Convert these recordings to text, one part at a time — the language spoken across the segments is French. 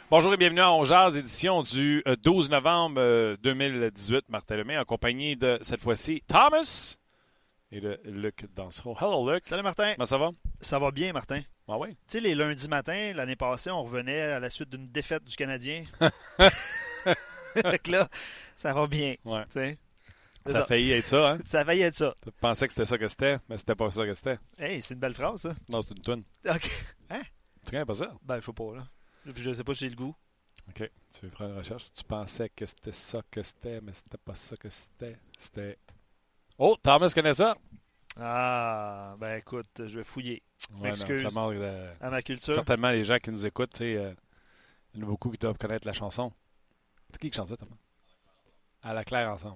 Bonjour et bienvenue à On Jase, édition du 12 novembre 2018. Martin Lemay en compagnie de, cette fois-ci, Thomas et de Luc Dansereau. Hello, Luc. Salut, Martin. Comment ça va? Ça va bien, Martin. Ah oui? Tu sais, les lundis matins, l'année passée, on revenait à la suite d'une défaite du Canadien. Donc là, ça va bien. Ouais. T'sais. Ça a failli être ça, hein? Ça a failli être ça. Tu pensais que c'était ça que c'était, mais c'était pas ça que c'était. Hey, c'est une belle phrase, ça. Non, c'est une toune. OK. Hein? Tu connais pas ça? Ben, je sais pas, là. Je sais pas si j'ai le goût. OK. Tu veux faire une recherche? Tu pensais que c'était ça que c'était, mais c'était pas ça que c'était. C'était... Oh, Thomas connaît ça? Ah, ben écoute, je vais fouiller. Ouais, M'excuse. non, ça manque de... À ma culture. Certainement, les gens qui nous écoutent, tu sais, il y en a beaucoup qui doivent connaître la chanson. C'est qui chante ça, Thomas? À la claire ensemble.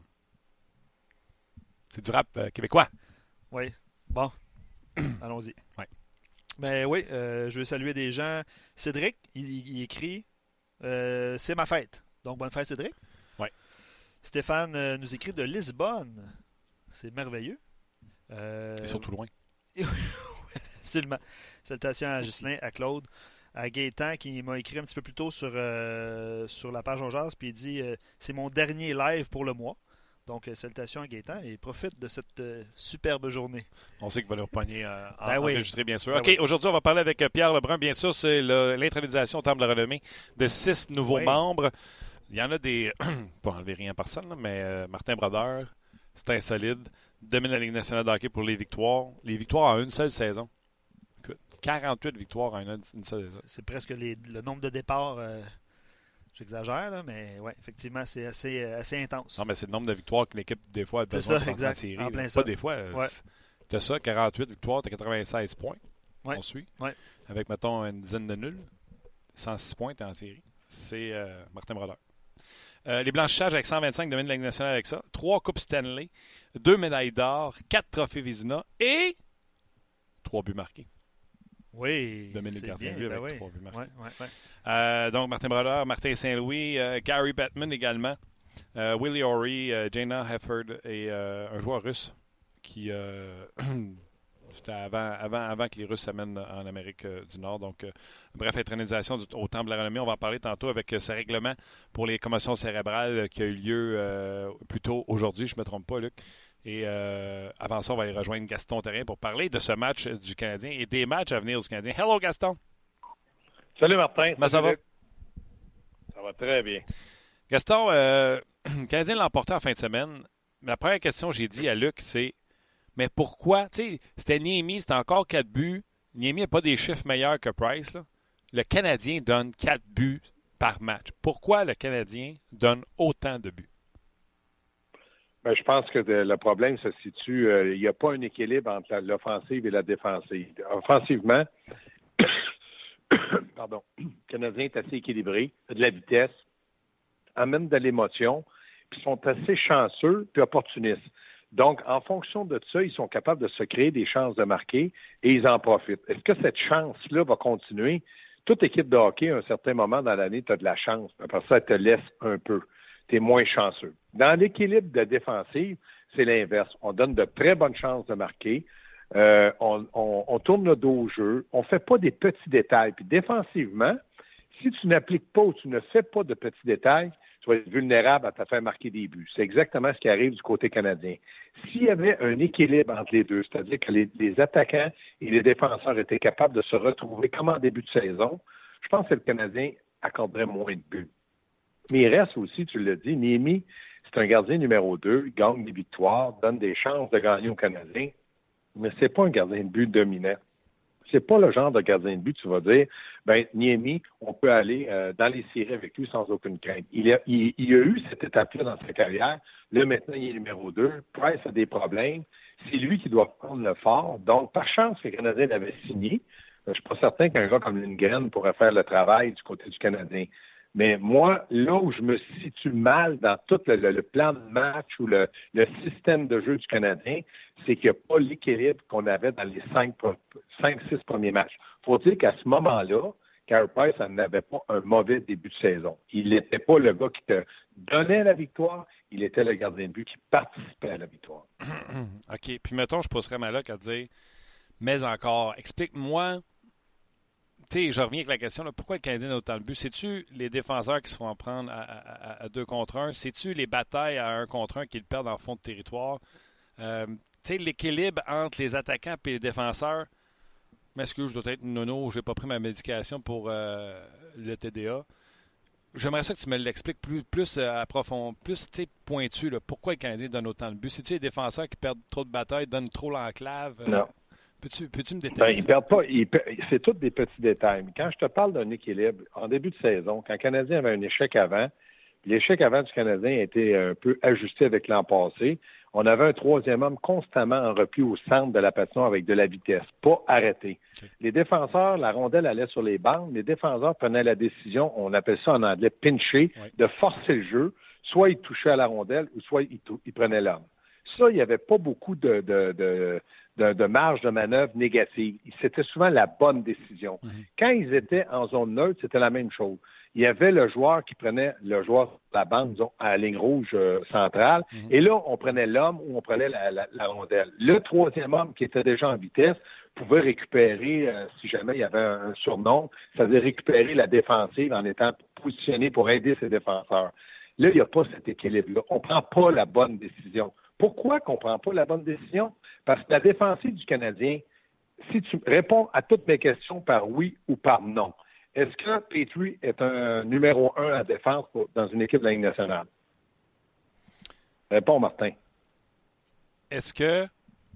C'est du rap québécois. Oui. Bon. Allons-y. Ouais. Ben oui, je veux saluer des gens. Cédric, il écrit c'est ma fête. Donc, bonne fête, Cédric. Oui. Stéphane nous écrit de Lisbonne. C'est merveilleux. Ils sont tout loin. Absolument. Salutations à Ghislain, à Claude, à Gaétan qui m'a écrit un petit peu plus tôt sur la page On Jase, puis il dit c'est mon dernier live pour le mois. Donc, salutations à Gaétan et profite de cette superbe journée. On sait qu'il va leur pogner oui. enregistré, bien sûr. Ben OK, oui. Aujourd'hui, on va parler avec Pierre Lebrun. Bien sûr, c'est l'intronisation au Temple de la Renommée de 6 nouveaux membres. Il y en a des... pas enlever rien à personne, là, mais Martin Brodeur, c'est insolide. Domine la Ligue nationale de hockey pour les victoires. Les victoires en une seule saison. Écoute, 48 victoires en une seule saison. C'est presque le nombre de départs. J'exagère, là, mais ouais, effectivement, c'est assez intense. Non, mais c'est le nombre de victoires que l'équipe, des fois, a besoin de rentrer en série. En plein Pas ça. des fois. Ouais. Tu as ça, 48 victoires, tu as 96 points. Ouais. On suit. Ouais. Avec, mettons, une dizaine de nuls. 106 points, tu es en série. C'est Martin Brodeur. Les blanchissages avec 125 dominent la Ligue nationale avec ça. 3 Coupes Stanley, 2 médailles d'or, 4 trophées Vizina et 3 buts marqués. Oui. Domine le gardien de but avec 3 buts marqués. Donc, Martin Brodeur, Martin Saint-Louis, Gary Bettman également, Willie O'Ree, Jaina Hefford et un joueur russe qui... C'était avant que les Russes s'amènent en Amérique du Nord. Donc, bref, intronisation au Temple de la Renommée. On va en parler tantôt avec ce règlement pour les commotions cérébrales qui a eu lieu plus tôt aujourd'hui, je ne me trompe pas, Luc. Et avant ça, on va aller rejoindre Gaston Terrien pour parler de ce match du Canadien et des matchs à venir du Canadien. Hello, Gaston! Salut, Martin. Comment ça va? Ça va très bien. Gaston, le Canadien l'a emporté en fin de semaine. La première question que j'ai dit à Luc, c'est mais pourquoi? Tu sais, c'était Niemi, c'était encore 4 buts. Niemi n'a pas des chiffres meilleurs que Price, là. Le Canadien donne 4 buts par match. Pourquoi le Canadien donne autant de buts? Ben, je pense que le problème se situe, il n'y a pas un équilibre entre l'offensive et la défensive. Offensivement, pardon, le Canadien est assez équilibré, de la vitesse, amène de l'émotion, puis sont assez chanceux puis opportunistes. Donc, en fonction de ça, ils sont capables de se créer des chances de marquer et ils en profitent. Est-ce que cette chance-là va continuer? Toute équipe de hockey, à un certain moment dans l'année, tu as de la chance. Après ça, elle te laisse un peu. Tu es moins chanceux. Dans l'équilibre de défensive, c'est l'inverse. On donne de très bonnes chances de marquer. On tourne le dos au jeu. On ne fait pas des petits détails. Puis défensivement, si tu n'appliques pas ou tu ne fais pas de petits détails, tu vas être vulnérable à te faire marquer des buts. C'est exactement ce qui arrive du côté canadien. S'il y avait un équilibre entre les deux, c'est-à-dire que les attaquants et les défenseurs étaient capables de se retrouver comme en début de saison, je pense que le Canadien accorderait moins de buts. Mais il reste aussi, tu l'as dit, Niemi, c'est un gardien numéro 2, il gagne des victoires, donne des chances de gagner aux Canadiens, mais c'est pas un gardien de but dominant. C'est pas le genre de gardien de but, tu vas dire, ben Niemi, on peut aller dans les séries avec lui sans aucune crainte. Il a eu cette étape-là dans sa carrière. Là, maintenant, il est numéro 2. Price a des problèmes. C'est lui qui doit prendre le fort. Donc, par chance que le Canadien l'avait signé, je suis pas certain qu'un gars comme Lindgren pourrait faire le travail du côté du Canadien. Mais moi, là où je me situe mal dans tout le plan de match ou le système de jeu du Canadien, c'est qu'il n'y a pas l'équilibre qu'on avait dans les 5-6 premiers matchs. Il faut dire qu'à ce moment-là, Carey Price n'avait pas un mauvais début de saison. Il n'était pas le gars qui te donnait la victoire, il était le gardien de but qui participait à la victoire. OK. Puis mettons, je pousserais ma loc à dire, mais encore, explique-moi, je reviens avec la question, là, pourquoi le Canadien a autant de buts? C'est-tu les défenseurs qui se font en prendre à 2 contre 1? C'est-tu les batailles à 1 contre 1 qu'ils perdent en fond de territoire? L'équilibre entre les attaquants et les défenseurs. M'excuse, je dois être nono, je n'ai pas pris ma médication pour le TDA. J'aimerais ça que tu me l'expliques plus approfondi, plus pointu. Là. Pourquoi le Canadien donne autant de buts? C'est-tu les défenseurs qui perdent trop de batailles, donnent trop l'enclave? Non. Peux-tu me détailler? Ils perdent pas. C'est tous des petits détails. Mais quand je te parle d'un équilibre, en début de saison, quand le Canadien avait un échec avant, l'échec avant du Canadien a été un peu ajusté avec l'an passé. On avait un troisième homme constamment en repli au centre de la patinoire avec de la vitesse, pas arrêté. Okay. Les défenseurs, la rondelle allait sur les bandes, les défenseurs prenaient la décision, on appelle ça en anglais pincher, de forcer le jeu, soit ils touchaient à la rondelle ou soit ils prenaient l'homme. Ça, il n'y avait pas beaucoup de marge de manœuvre négative. C'était souvent la bonne décision. Quand ils étaient en zone neutre, c'était la même chose. Il y avait le joueur qui prenait le joueur sur la bande, disons, à la ligne rouge centrale, et là, on prenait l'homme ou on prenait la rondelle. Le troisième homme qui était déjà en vitesse pouvait récupérer, si jamais il y avait un surnom, c'est-à-dire récupérer la défensive en étant positionné pour aider ses défenseurs. Là, il n'y a pas cet équilibre-là. On ne prend pas la bonne décision. Pourquoi qu'on ne prend pas la bonne décision? Parce que la défensive du Canadien, si tu réponds à toutes mes questions par oui ou par non, est-ce que Petrie est un numéro 1 à défense dans une équipe de la Ligue nationale? Réponds, Martin. Est-ce que...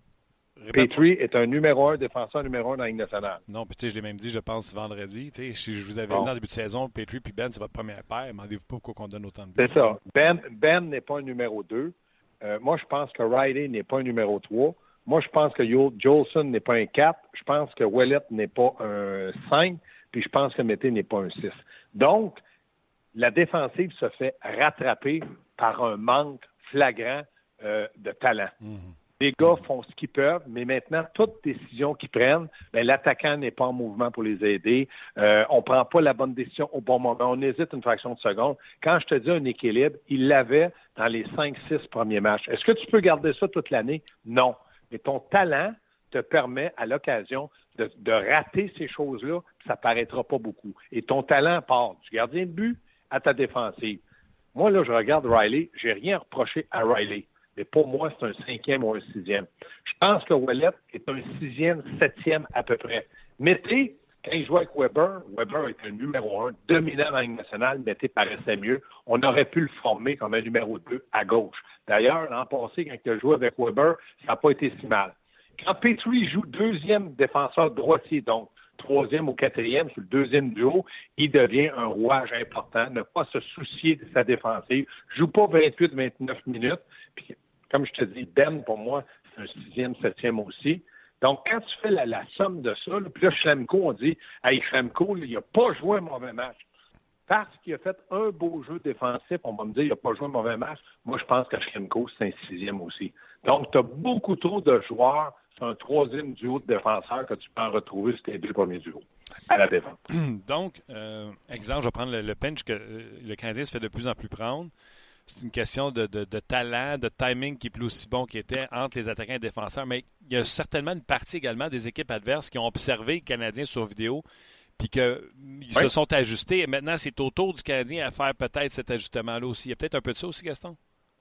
Petrie est un numéro 1, défenseur numéro 1 dans la Ligue nationale? Non, puis je l'ai même dit, je pense, vendredi. Je vous avais dit en début de saison, Petrie puis Ben, c'est votre première paire. Demandez-vous pas pourquoi on donne autant de buts. C'est ça. Ben n'est pas un numéro 2. Moi, je pense que Riley n'est pas un numéro 3. Moi, je pense que Jolson n'est pas un 4. Je pense que Ouellet n'est pas un 5. Puis je pense que Mété n'est pas un 6. Donc, la défensive se fait rattraper par un manque flagrant de talent. Les gars font ce qu'ils peuvent, mais maintenant, toute décision qu'ils prennent, l'attaquant n'est pas en mouvement pour les aider. On ne prend pas la bonne décision au bon moment. On hésite une fraction de seconde. Quand je te dis un équilibre, il l'avait dans les 5-6 premiers matchs. Est-ce que tu peux garder ça toute l'année? Non. Mais ton talent te permet, à l'occasion, de rater ces choses-là, ça ne paraîtra pas beaucoup. Et ton talent part du gardien de but à ta défensive. Moi, là, je regarde Riley, j'ai rien reproché à Riley. Mais pour moi, c'est un 5e ou un 6e. Je pense que Ouellet est un 6e, 7e à peu près. Mété, quand il jouait avec Weber est un numéro 1, dominant dans la Ligue nationale, Mété paraissait mieux. On aurait pu le former comme un numéro 2 à gauche. D'ailleurs, l'an passé, quand il a joué avec Weber, ça n'a pas été si mal. Quand Petrie joue 2e défenseur droitier, donc 3e ou 4e sur le 2e duo, il devient un rouage important, ne pas se soucier de sa défensive, joue pas 28-29 minutes, puis comme je te dis, Ben, pour moi, c'est un 6e, 7e aussi. Donc, quand tu fais la somme de ça, là, puis là, Schlemko, on dit, hey, Schlemko, il n'a pas joué un mauvais match. Parce qu'il a fait un beau jeu défensif, on va me dire, il n'a pas joué un mauvais match. Moi, je pense que Schlemko, c'est un 6e aussi. Donc, tu as beaucoup trop de joueurs. C'est un 3e duo de défenseurs que tu peux en retrouver sur tes 2 premiers duos à la défense. Donc, exemple, je vais prendre le pinch que le Canadien se fait de plus en plus prendre. C'est une question de talent, de timing qui est plus aussi bon qu'il était entre les attaquants et les défenseurs. Mais il y a certainement une partie également des équipes adverses qui ont observé le Canadien sur vidéo puis qu'ils se sont ajustés. Et maintenant, c'est au tour du Canadien à faire peut-être cet ajustement-là aussi. Il y a peut-être un peu de ça aussi, Gaston?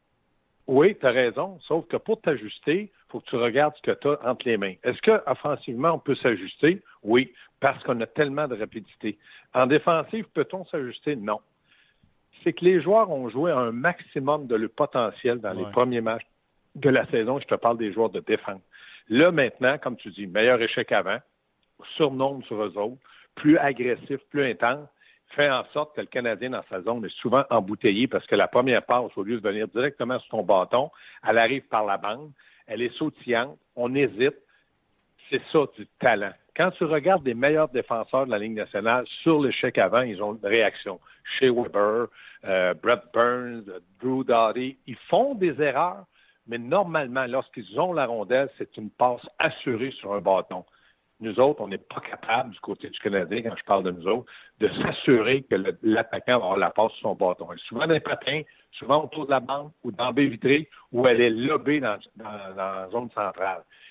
Oui, tu as raison. Sauf que pour t'ajuster, il faut que tu regardes ce que tu as entre les mains. Est-ce qu'offensivement, on peut s'ajuster? Oui, parce qu'on a tellement de rapidité. En défensive, peut-on s'ajuster? Non. C'est que les joueurs ont joué à un maximum de leur potentiel dans les premiers matchs de la saison. Je te parle des joueurs de défense. Là, maintenant, comme tu dis, meilleur échec avant, surnombre sur eux autres, plus agressif, plus intense, fait en sorte que le Canadien, dans sa zone, est souvent embouteillé parce que la première passe, au lieu de venir directement sur ton bâton, elle arrive par la bande, elle est sautillante, on hésite. C'est ça, du talent. Quand tu regardes les meilleurs défenseurs de la Ligue nationale sur l'échec avant, ils ont une réaction. Shea Weber, Brett Burns, Drew Doughty, ils font des erreurs, mais normalement, lorsqu'ils ont la rondelle, c'est une passe assurée sur un bâton. Nous autres, on n'est pas capable, du côté du Canadien, quand je parle de nous autres, de s'assurer que l'attaquant va avoir la passe sur son bâton. Elle est souvent dans les patins, souvent autour de la bande ou dans la baie vitrée, où elle est lobée dans la zone centrale.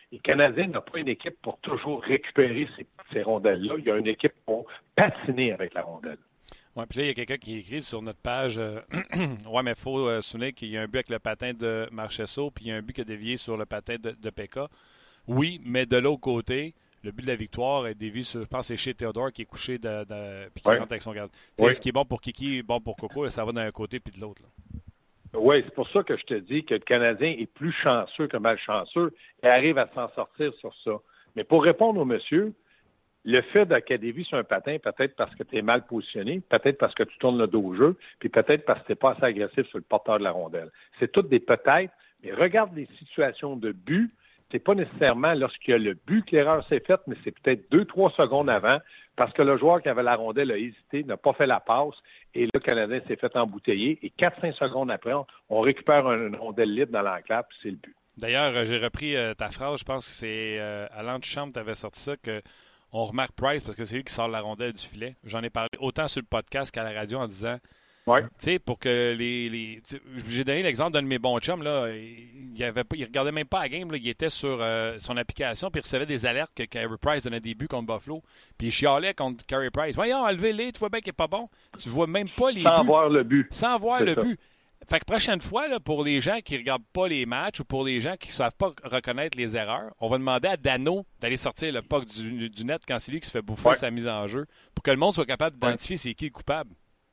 Et le Canadien n'a pas une équipe pour toujours récupérer ces rondelles-là. Il y a une équipe pour patiner avec la rondelle. Oui, puis là, il y a quelqu'un qui écrit sur notre page ouais, mais il faut souligner qu'il y a un but avec le patin de Marchessault, puis il y a un but qui a dévié sur le patin de Pekka. Oui, mais de l'autre côté, le but de la victoire est dévié sur, je pense, c'est chez Théodore qui est couché puis qui rentre avec son gardien. Ce qui est bon pour Kiki, bon pour Coco, là, ça va d'un côté puis de l'autre. Oui, c'est pour ça que je te dis que le Canadien est plus chanceux que malchanceux et arrive à s'en sortir sur ça. Mais pour répondre au monsieur, le fait d'académie sur un patin, peut-être parce que tu es mal positionné, peut-être parce que tu tournes le dos au jeu, puis peut-être parce que tu n'es pas assez agressif sur le porteur de la rondelle. C'est toutes des peut-être, mais regarde les situations de but. C'est pas nécessairement lorsqu'il y a le but que l'erreur s'est faite, mais c'est peut-être 2-3 secondes avant, parce que le joueur qui avait la rondelle a hésité, n'a pas fait la passe, et le Canadien s'est fait embouteiller, et 4-5 secondes après, on récupère une rondelle libre dans l'enclave, puis c'est le but. D'ailleurs, j'ai repris ta phrase, je pense que c'est à l'antichambre, tu avais sorti ça, que on remarque Price parce que c'est lui qui sort la rondelle du filet. J'en ai parlé autant sur le podcast qu'à la radio en disant, tu sais, pour que j'ai donné l'exemple d'un de mes bons chums, là, il regardait même pas la game, là, il était sur son application, puis il recevait des alertes que Carey Price donnait des buts contre Buffalo, puis il chialait contre Carey Price. Voyons, enlevez-les, tu vois bien qu'il n'est pas bon. Tu vois même pas les buts. Sans voir le but. Sans voir le but. Fait que prochaine fois, là, pour les gens qui ne regardent pas les matchs ou pour les gens qui ne savent pas reconnaître les erreurs, on va demander à Dano d'aller sortir le puck du net quand c'est lui qui se fait bouffer sa mise en jeu pour que le monde soit capable d'identifier c'est qui le coupable.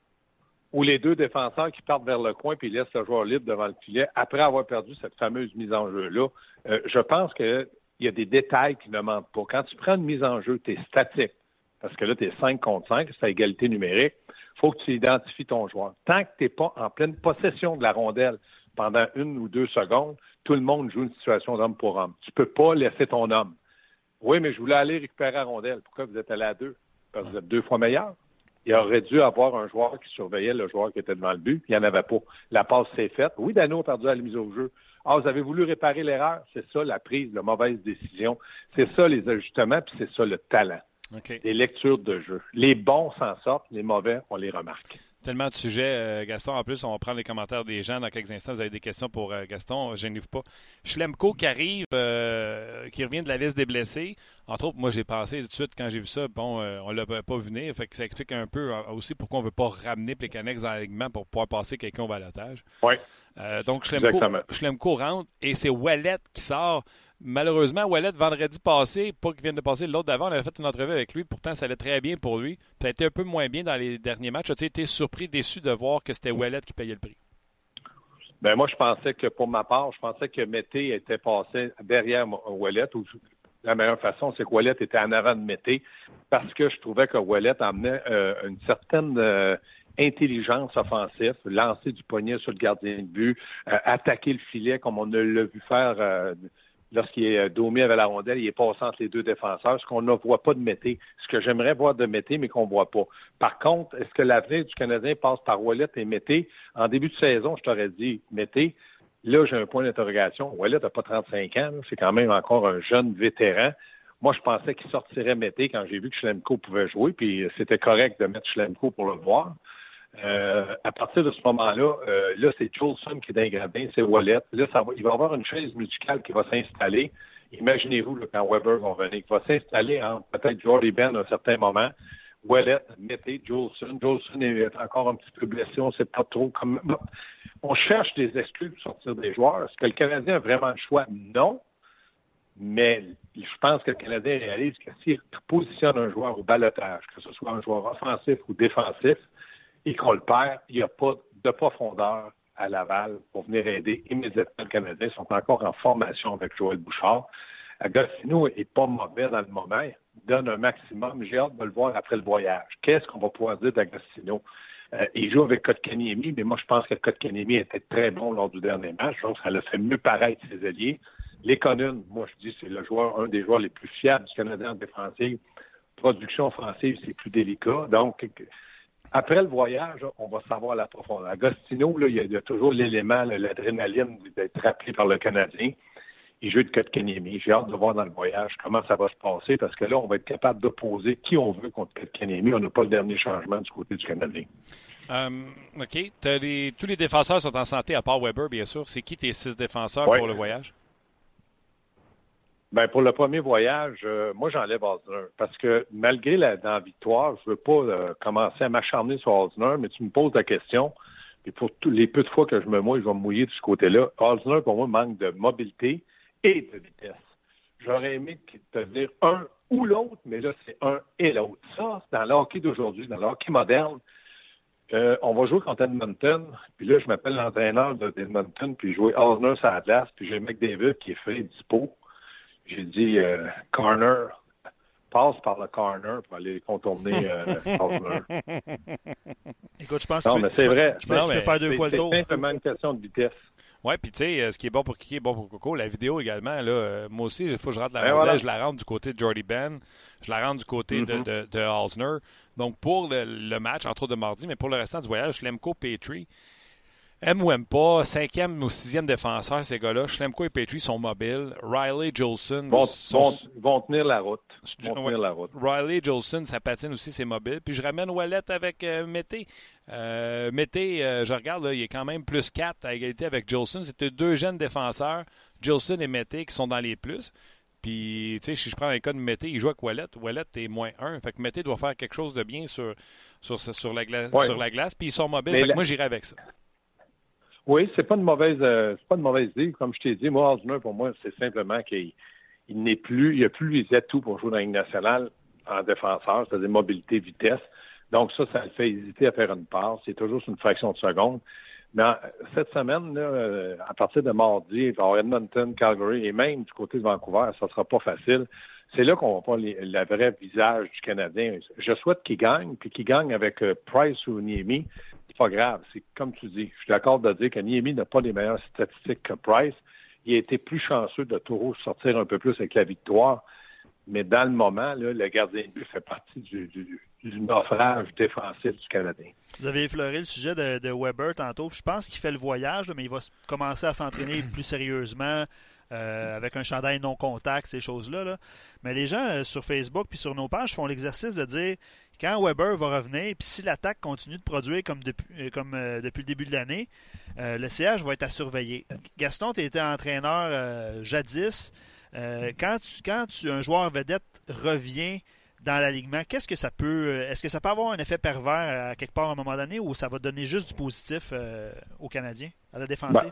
Ou les deux défenseurs qui partent vers le coin puis laissent le joueur libre devant le filet après avoir perdu cette fameuse mise en jeu-là. Je pense qu'il y a des détails qui ne mentent pas. Quand tu prends une mise en jeu, tu es statique. Parce que là, tu es 5 contre 5, c'est à égalité numérique. Il faut que tu identifies ton joueur. Tant que tu n'es pas en pleine possession de la rondelle pendant 1 ou 2 secondes, tout le monde joue une situation d'homme pour homme. Tu ne peux pas laisser ton homme. Oui, mais je voulais aller récupérer la rondelle. Pourquoi vous êtes allé à 2? Parce que vous êtes 2 fois meilleur. Il aurait dû avoir un joueur qui surveillait le joueur qui était devant le but. Il n'y en avait pas. La passe s'est faite. Oui, Dano a perdu à la mise au jeu. Ah, vous avez voulu réparer l'erreur? C'est ça la prise, la mauvaise décision. C'est ça les ajustements, puis c'est ça le talent. Okay. Les lectures de jeu. Les bons s'en sortent, les mauvais, on les remarque. Tellement de sujets, Gaston. En plus, on va prendre les commentaires des gens dans quelques instants. Vous avez des questions pour Gaston, gênez-vous pas. Schlemko qui arrive, qui revient de la liste des blessés. Entre autres, moi, j'ai pensé tout de suite, quand j'ai vu ça, bon, on ne l'a pas vu venir. Fait que ça explique un peu aussi pourquoi on ne veut pas ramener Plekanec dans l'alignement pour pouvoir passer quelqu'un au balotage. Oui. Donc, Schlemko rentre et c'est Ouellet qui sort. Malheureusement, Ouellet, vendredi passé, pas qu'il vienne de passer, l'autre d'avant, on avait fait une entrevue avec lui. Pourtant, ça allait très bien pour lui. Ça a été un peu moins bien dans les derniers matchs. As-tu été surpris, déçu de voir que c'était Ouellet qui payait le prix? Ben moi, je pensais que, pour ma part, que Mété était passé derrière Ouellet. La meilleure façon, c'est que Ouellet était en avant de Mété parce que je trouvais que Ouellet emmenait une certaine intelligence offensive, lancer du poignet sur le gardien de but, attaquer le filet comme on ne l'a vu faire Domi avait la rondelle, il est passé entre les deux défenseurs, ce qu'on ne voit pas de Mété. Ce que j'aimerais voir de Mété, mais qu'on ne voit pas. Par contre, est-ce que l'avenir du Canadien passe par Ouellet et Mété? En début de saison, je t'aurais dit Mété. Là, j'ai un point d'interrogation. Ouellet n'a pas 35 ans. C'est quand même encore un jeune vétéran. Moi, je pensais qu'il sortirait Mété quand j'ai vu que Schlemko pouvait jouer, puis c'était correct de mettre Schlemko pour le voir. À partir de ce moment-là, là, c'est Jolson qui est d'un gradin, c'est Ouellet. Là, il va y avoir une chaise musicale qui va s'installer. Imaginez-vous, là, quand Weber va venir, qui va s'installer entre peut-être Jordy Ben à un certain moment. Ouellet, Mété, Jolson. Jolson est encore un petit peu blessé, on ne sait pas trop comment. On cherche des excuses pour sortir des joueurs. Est-ce que le Canadien a vraiment le choix? Non. Mais je pense que le Canadien réalise que s'il positionne un joueur au balotage, que ce soit un joueur offensif ou défensif, et qu'on le perd, il n'y a pas de profondeur à Laval pour venir aider immédiatement le Canadien. Ils sont encore en formation avec Joël Bouchard. Agostino n'est pas mauvais dans le moment. Il donne un maximum. J'ai hâte de le voir après le voyage. Qu'est-ce qu'on va pouvoir dire d'Agostino? Il joue avec Kotkaniemi, mais moi, je pense que Kotkaniemi était très bon lors du dernier match. Donc, ça l'a fait mieux paraître ses alliés. Lekonen, moi, je dis, c'est un des joueurs les plus fiables du Canadien en défensive. Production offensive, c'est plus délicat. Donc, après le voyage, on va savoir la profondeur. Agostino, là, il y a toujours l'élément, l'adrénaline d'être rappelé par le Canadien. Il joue de Kotkaniemi. J'ai hâte de voir dans le voyage comment ça va se passer parce que là, on va être capable d'opposer qui on veut contre Kotkaniemi. On n'a pas le dernier changement du côté du Canadien. OK. Tous les défenseurs sont en santé à part Weber, bien sûr. C'est qui tes 6 défenseurs pour le voyage? Ben pour le premier voyage, moi j'enlève Osner parce que malgré dans la victoire, je veux pas commencer à m'acharner sur Osner, mais tu me poses la question. Et pour tous les peu de fois que je me mouille, je vais me mouiller de ce côté-là. Osner, pour moi, manque de mobilité et de vitesse. J'aurais aimé te dire un ou l'autre, mais là, c'est un et l'autre. Ça, dans le hockey d'aujourd'hui, dans le hockey moderne, on va jouer contre Edmonton, puis là, je m'appelle l'entraîneur d'Edmonton, puis jouer Osner sur la glace, puis j'ai McDavid qui est fait dispo. J'ai dit, corner, passe par le corner pour aller contourner Osner. Écoute, je pense non, mais c'est vrai. Je pense qu'il peut faire 2 fois le tour. C'est simplement une question de vitesse. Oui, puis tu sais, ce qui est bon pour Kiki est bon pour Coco. La vidéo également, là, moi aussi, il faut que je rentre la rondelle, voilà. Je la rentre du côté de Jordy Ben, je la rentre du côté de Osner. Donc, pour le match, entre autres de mardi, mais pour le restant du voyage, Schlemko, Petrie, aime ou aime pas, 5e ou 6e défenseur, ces gars-là, Schlemko et Petrie sont mobiles. Riley, Jolson vont tenir la route. Riley, Jolson, ça patine aussi, c'est mobile. Puis je ramène Ouellet avec Mété. Mété, je regarde, là, il est quand même plus 4 à égalité avec Jolson. C'était 2 jeunes défenseurs, Jolson et Mété, qui sont dans les plus. Puis, tu sais, si je prends un cas de Mété, il joue avec Ouellet. Ouellet est moins 1. Fait que Mété doit faire quelque chose de bien sur la glace. Puis ils sont mobiles. Fait que moi, j'irai avec ça. Oui, c'est pas une mauvaise idée. Comme je t'ai dit, moi, Osner, pour moi, c'est simplement qu'il n'est plus, il n'y a plus les atouts pour jouer dans la Ligue nationale en défenseur, c'est-à-dire mobilité, vitesse. Donc ça le fait hésiter à faire une passe. C'est toujours sur une fraction de seconde. Mais cette semaine, là, à partir de mardi, il va y avoir Edmonton, Calgary et même du côté de Vancouver, ça sera pas facile. C'est là qu'on va voir le vrai visage du Canadien. Je souhaite qu'il gagne, puis qu'il gagne avec Price ou Niemi. C'est pas grave. C'est comme tu dis. Je suis d'accord de dire que Niemi n'a pas les meilleures statistiques que Price. Il a été plus chanceux de toujours sortir un peu plus avec la victoire. Mais dans le moment, là, le gardien de but fait partie du naufrage défensif du Canadien. Vous avez effleuré le sujet de Weber tantôt. Je pense qu'il fait le voyage, là, mais il va commencer à s'entraîner plus sérieusement avec un chandail non-contact, ces choses-là. Là. Mais les gens sur Facebook puis sur nos pages font l'exercice de dire quand Weber va revenir, puis si l'attaque continue de produire comme depuis le début de l'année, le CH va être à surveiller. Gaston, tu étais entraîneur jadis. Quand un joueur vedette revient dans l'alignement, est-ce que ça peut avoir un effet pervers à quelque part à un moment donné ou ça va donner juste du positif aux Canadiens, à la défensive?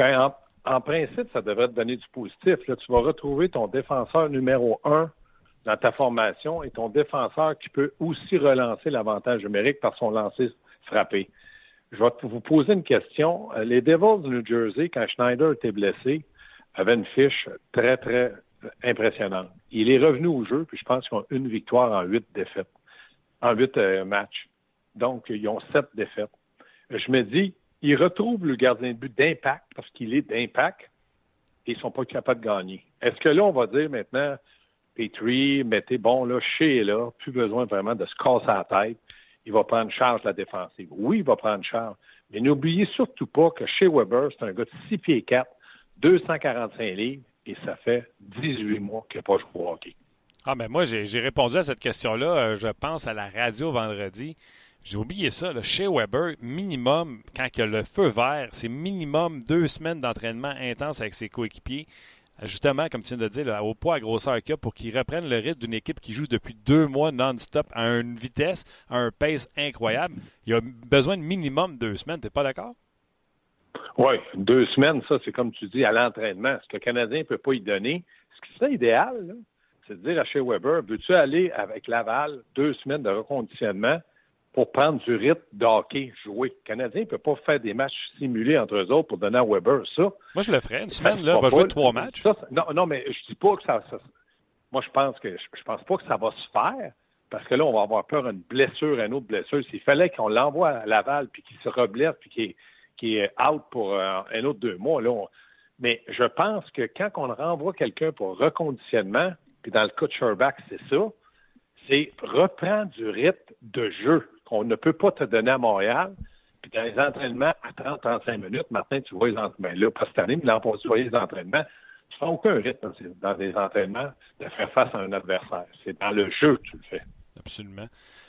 En principe, ça devrait te donner du positif. Là, tu vas retrouver ton défenseur numéro 1 dans ta formation et ton défenseur qui peut aussi relancer l'avantage numérique par son lancer frappé. Je vais vous poser une question. Les Devils de New Jersey, quand Schneider était blessé, avaient une fiche très, très impressionnante. Il est revenu au jeu, puis je pense qu'ils ont une victoire en 8 défaites, en 8 matchs. Donc, ils ont 7 défaites. Je me dis, ils retrouvent le gardien de but d'impact, parce qu'il est d'impact, et ils ne sont pas capables de gagner. Est-ce que là, on va dire maintenant, Petrie, mettez, bon, là, Shea est là, plus besoin vraiment de se casser la tête, il va prendre charge de la défensive. Oui, il va prendre charge, mais n'oubliez surtout pas que Shea Weber, c'est un gars de 6 pieds 4, 245 livres, et ça fait 18 mois qu'il n'a pas joué au hockey. Ah, mais moi, j'ai répondu à cette question-là, je pense, à la radio vendredi. J'ai oublié ça. Là. Chez Weber, minimum, quand il y a le feu vert, c'est minimum 2 semaines d'entraînement intense avec ses coéquipiers. Justement, comme tu viens de dire, là, au poids à grosseur qu'il y a pour qu'ils reprennent le rythme d'une équipe qui joue depuis 2 mois non-stop à une vitesse, à un pace incroyable. Il y a besoin de minimum 2 semaines. T'es pas d'accord? Oui, 2 semaines, ça, c'est comme tu dis, à l'entraînement. Ce que le Canadien ne peut pas y donner, ce qui serait idéal, là, c'est de dire à Shea Weber, veux-tu aller avec Laval 2 semaines de reconditionnement pour prendre du rythme de hockey joué? Le Canadien ne peut pas faire des matchs simulés entre eux autres pour donner à Weber ça. Moi, je le ferais. Une semaine, là, va jouer 3 matchs. Ça, non, mais je dis pas que ça moi, je pense pas que ça va se faire, parce que là, on va avoir peur d'une blessure, une autre blessure. S'il fallait qu'on l'envoie à Laval, puis qu'il se reblesse, puis qu'il est out pour un autre 2 mois, là, mais je pense que quand on renvoie quelqu'un pour reconditionnement, puis dans le cas de Sherbach, c'est ça, c'est reprendre du rythme de jeu qu'on ne peut pas te donner à Montréal. Puis dans les entraînements à 30-35 minutes, Martin, tu vois les entraînements. Là, pas cette année, mais l'an passé, tu voyais les entraînements. Tu n'as aucun rythme dans des entraînements de faire face à un adversaire. C'est dans le jeu que tu le fais. Absolument.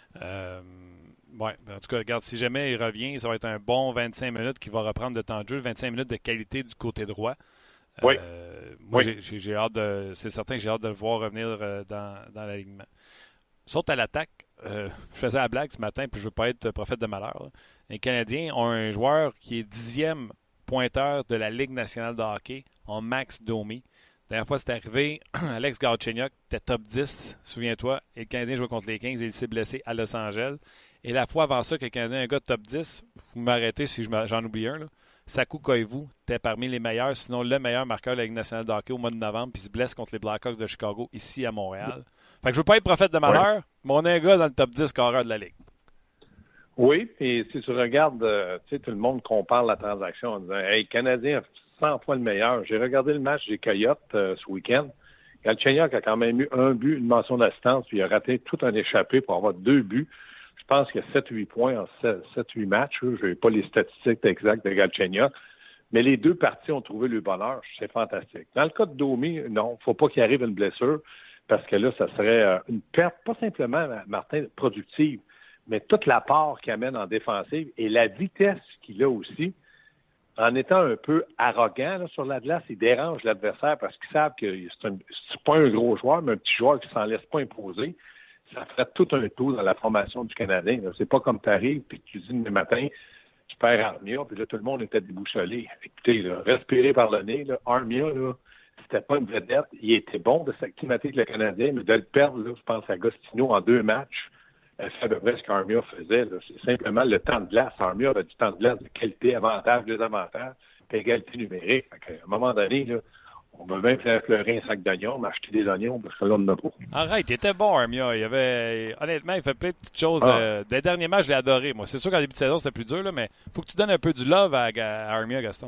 Ouais, en tout cas, regarde, si jamais il revient, ça va être un bon 25 minutes qui va reprendre de temps de jeu, 25 minutes de qualité du côté droit. Oui. Moi, j'ai hâte de. C'est certain que j'ai hâte de le voir revenir dans l'alignement. Saute à l'attaque. Je faisais la blague ce matin, puis je ne veux pas être prophète de malheur. Là. Les Canadiens ont un joueur qui est 10e pointeur de la Ligue nationale de hockey, en Max Domi. La dernière fois, c'est arrivé, Alex Galchenyuk était top 10, souviens-toi, et le Canadien jouait contre les Kings et il s'est blessé à Los Angeles. Et la fois avant ça, que le Canadien a un gars de top 10, vous m'arrêtez si j'en oublie un, là. Saku Koivu était parmi les meilleurs, sinon le meilleur marqueur de la Ligue nationale de hockey au mois de novembre, puis il se blesse contre les Blackhawks de Chicago, ici à Montréal. Fait que je veux pas être prophète de malheur, mais on a un gars dans le top 10 scoreur de la Ligue. Oui, et si tu regardes, tu sais, tout le monde compare la transaction en disant « Hey, Canadien a 100 fois le meilleur ». J'ai regardé le match des Coyotes ce week-end. Galchenyuk a quand même eu un but, une mention d'assistance, puis il a raté tout un échappé pour avoir 2 buts. Je pense qu'il y a 7-8 points en 7-8 matchs. Je n'ai pas les statistiques exactes de Galchenyuk. Mais les 2 parties ont trouvé le bonheur. C'est fantastique. Dans le cas de Domi, non, il ne faut pas qu'il arrive une blessure parce que là, ça serait une perte, pas simplement, Martin, productive, mais toute la part qu'il amène en défensive et la vitesse qu'il a aussi. En étant un peu arrogant là, sur la glace, il dérange l'adversaire parce qu'ils savent que c'est pas un gros joueur, mais un petit joueur qui ne s'en laisse pas imposer. Ça ferait tout un tour dans la formation du Canadien. Là. C'est pas comme tu arrives puis que tu dis le matin, tu perds Armia, puis là, tout le monde était déboussolé. Écoutez, là, respirer par le nez, là, Armia, là, c'était pas une vedette. Il était bon de s'acclimater avec le Canadien, mais de le perdre, là, je pense à Agostino en 2 matchs, c'est à peu près ce qu'Armia faisait. Là. C'est simplement le temps de glace. Armia avait du temps de glace de qualité, avantage, désavantage, puis égalité numérique. À un moment donné, là, on va bien faire fleurir un sac d'oignons, m'acheter des oignons, parce que là, on n'en a pas. Arrête, il était bon, Armia. Honnêtement, il fait plein de petites choses. Des derniers matchs, je l'ai adoré. Moi, c'est sûr qu'en début de saison, c'était plus dur, là, mais il faut que tu donnes un peu du love à Armia, Gaston.